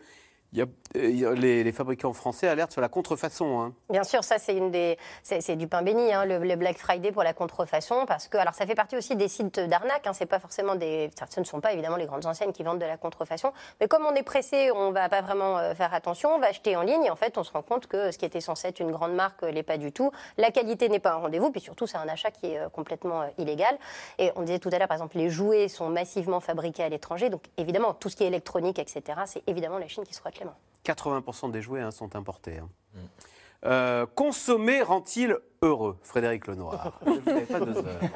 S1: les fabricants français alertent sur la contrefaçon. Hein.
S3: Bien sûr, ça c'est du pain béni, hein, le Black Friday pour la contrefaçon, parce que alors ça fait partie aussi des sites d'arnaque. Hein, c'est pas forcément ce ne sont pas évidemment les grandes enseignes qui vendent de la contrefaçon, mais comme on est pressé, on va pas vraiment faire attention, on va acheter en ligne. Et en fait, on se rend compte que ce qui était censé être une grande marque l'est pas du tout. La qualité n'est pas un rendez-vous, puis surtout c'est un achat qui est complètement illégal. Et on disait tout à l'heure, par exemple, les jouets sont massivement fabriqués à l'étranger, donc évidemment tout ce qui est électronique, etc. C'est évidemment la Chine qui se frotte les mains.
S1: 80% des jouets sont importés. Hein. Consommer rend-il heureux ? Frédéric Lenoir. Vous n'avez pas 2 heures.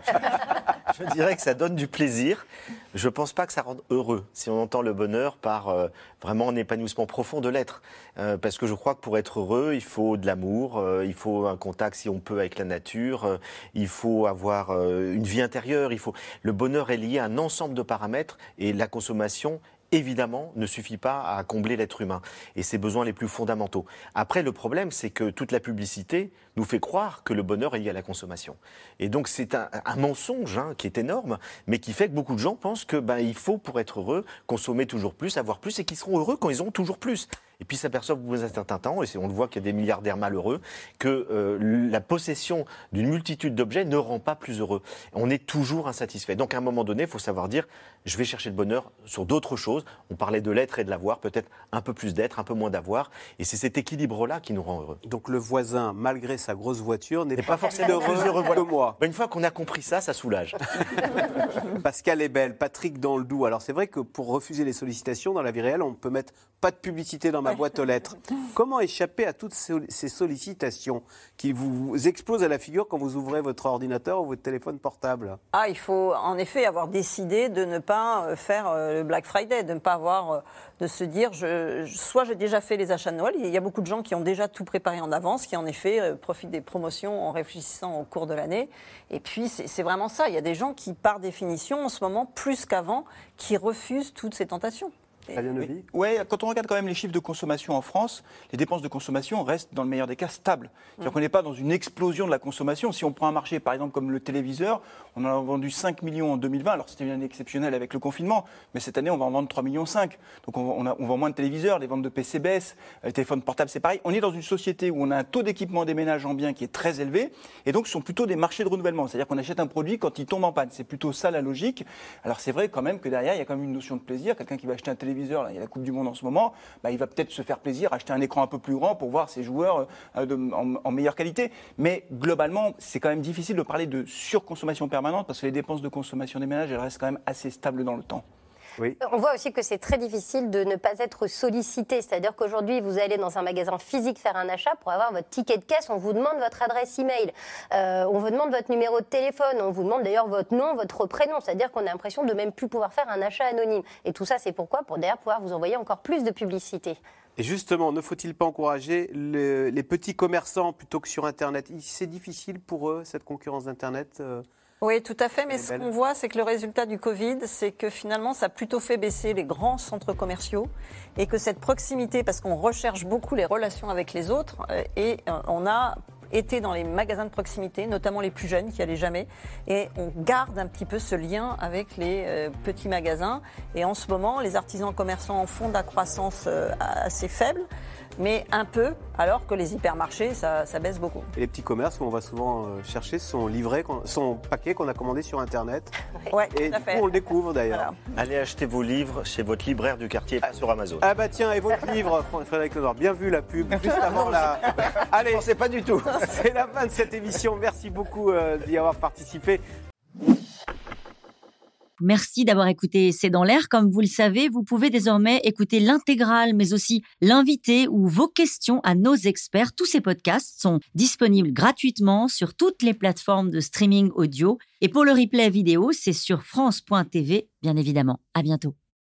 S5: Je dirais que ça donne du plaisir. Je ne pense pas que ça rende heureux, si on entend le bonheur par vraiment un épanouissement profond de l'être. Parce que je crois que pour être heureux, il faut de l'amour, il faut un contact, si on peut, avec la nature, il faut avoir une vie intérieure. Le bonheur est lié à un ensemble de paramètres et la consommation évidemment, ne suffit pas à combler l'être humain et ses besoins les plus fondamentaux. Après, le problème, c'est que toute la publicité nous fait croire que le bonheur est lié à la consommation. Et donc, c'est un mensonge qui est énorme, mais qui fait que beaucoup de gens pensent que il faut, pour être heureux, consommer toujours plus, avoir plus, et qu'ils seront heureux quand ils auront toujours plus. Et puis s'aperçoivent au bout d'un certain temps, et on le voit qu'il y a des milliardaires malheureux, que la possession d'une multitude d'objets ne rend pas plus heureux. On est toujours insatisfait. Donc à un moment donné, il faut savoir dire, je vais chercher le bonheur sur d'autres choses. On parlait de l'être et de l'avoir, peut-être un peu plus d'être, un peu moins d'avoir. Et c'est cet équilibre-là qui nous rend heureux.
S1: Donc le voisin, malgré sa grosse voiture, n'est pas forcément plus heureux que moi.
S5: Une fois qu'on a compris ça, ça soulage.
S1: Pascal est belle, Patrick dans le Doubs. Alors c'est vrai que pour refuser les sollicitations dans la vie réelle, on peut mettre pas de publicité dans ma boîte aux lettres. Comment échapper à toutes ces sollicitations qui vous explosent à la figure quand vous ouvrez votre ordinateur ou votre téléphone portable ?
S2: Il faut en effet avoir décidé de ne pas faire le Black Friday, de ne pas avoir, de se dire, soit j'ai déjà fait les achats de Noël, il y a beaucoup de gens qui ont déjà tout préparé en avance, qui en effet profitent des promotions en réfléchissant au cours de l'année. Et puis c'est vraiment ça, il y a des gens qui, par définition, en ce moment, plus qu'avant, qui refusent toutes ces tentations.
S4: Oui, quand on regarde quand même les chiffres de consommation en France, les dépenses de consommation restent dans le meilleur des cas stables. C'est-à-dire qu'on n'est pas dans une explosion de la consommation. Si on prend un marché par exemple comme le téléviseur, on en a vendu 5 millions en 2020, alors c'était une année exceptionnelle avec le confinement, mais cette année on va en vendre 3,5 millions. Donc on vend moins de téléviseurs, les ventes de PC baissent, les téléphones portables c'est pareil. On est dans une société où on a un taux d'équipement des ménages en biens qui est très élevé et donc ce sont plutôt des marchés de renouvellement. C'est-à-dire qu'on achète un produit quand il tombe en panne. C'est plutôt ça la logique. Alors c'est vrai quand même que derrière il y a quand même une notion de plaisir. Quelqu'un qui va acheter un téléviseur, là, il y a la Coupe du Monde en ce moment, il va peut-être se faire plaisir, acheter un écran un peu plus grand pour voir ses joueurs en meilleure qualité. Mais globalement, c'est quand même difficile de parler de surconsommation permanente parce que les dépenses de consommation des ménages, elles restent quand même assez stables dans le temps.
S3: Oui. On voit aussi que c'est très difficile de ne pas être sollicité. C'est-à-dire qu'aujourd'hui, vous allez dans un magasin physique faire un achat, pour avoir votre ticket de caisse, on vous demande votre adresse email, on vous demande votre numéro de téléphone, on vous demande d'ailleurs votre nom, votre prénom. C'est-à-dire qu'on a l'impression de même plus pouvoir faire un achat anonyme. Et tout ça, c'est pourquoi ? Pour d'ailleurs pouvoir vous envoyer encore plus de publicité.
S1: Et justement, ne faut-il pas encourager les petits commerçants plutôt que sur Internet ? C'est difficile pour eux, cette concurrence d'Internet
S2: Oui, tout à fait, mais ce qu'on voit, c'est que le résultat du Covid, c'est que finalement, ça a plutôt fait baisser les grands centres commerciaux et que cette proximité, parce qu'on recherche beaucoup les relations avec les autres, et on a étaient dans les magasins de proximité, notamment les plus jeunes qui allaient jamais. Et on garde un petit peu ce lien avec les petits magasins. Et en ce moment, les artisans commerçants font de la croissance assez faible, mais un peu, alors que les hypermarchés, ça baisse beaucoup.
S1: Et les petits commerces où on va souvent chercher son livret, son paquet qu'on a commandé sur Internet.
S2: Ouais,
S1: et
S2: tout à
S1: du
S2: fait.
S1: coup, on le découvre d'ailleurs.
S2: Voilà.
S5: Allez acheter vos livres chez votre libraire du quartier sur Amazon.
S1: Ah bah tiens, et votre livre, Frédéric Lenoir, bien vu la pub, juste avant la... Allez,
S5: Je pensais pas du tout.
S1: c'est la fin de cette émission. Merci beaucoup d'y avoir participé.
S17: Merci d'avoir écouté C'est dans l'air. Comme vous le savez, vous pouvez désormais écouter l'intégrale, mais aussi l'invité ou vos questions à nos experts. Tous ces podcasts sont disponibles gratuitement sur toutes les plateformes de streaming audio. Et pour le replay vidéo, c'est sur France.tv, bien évidemment. À bientôt.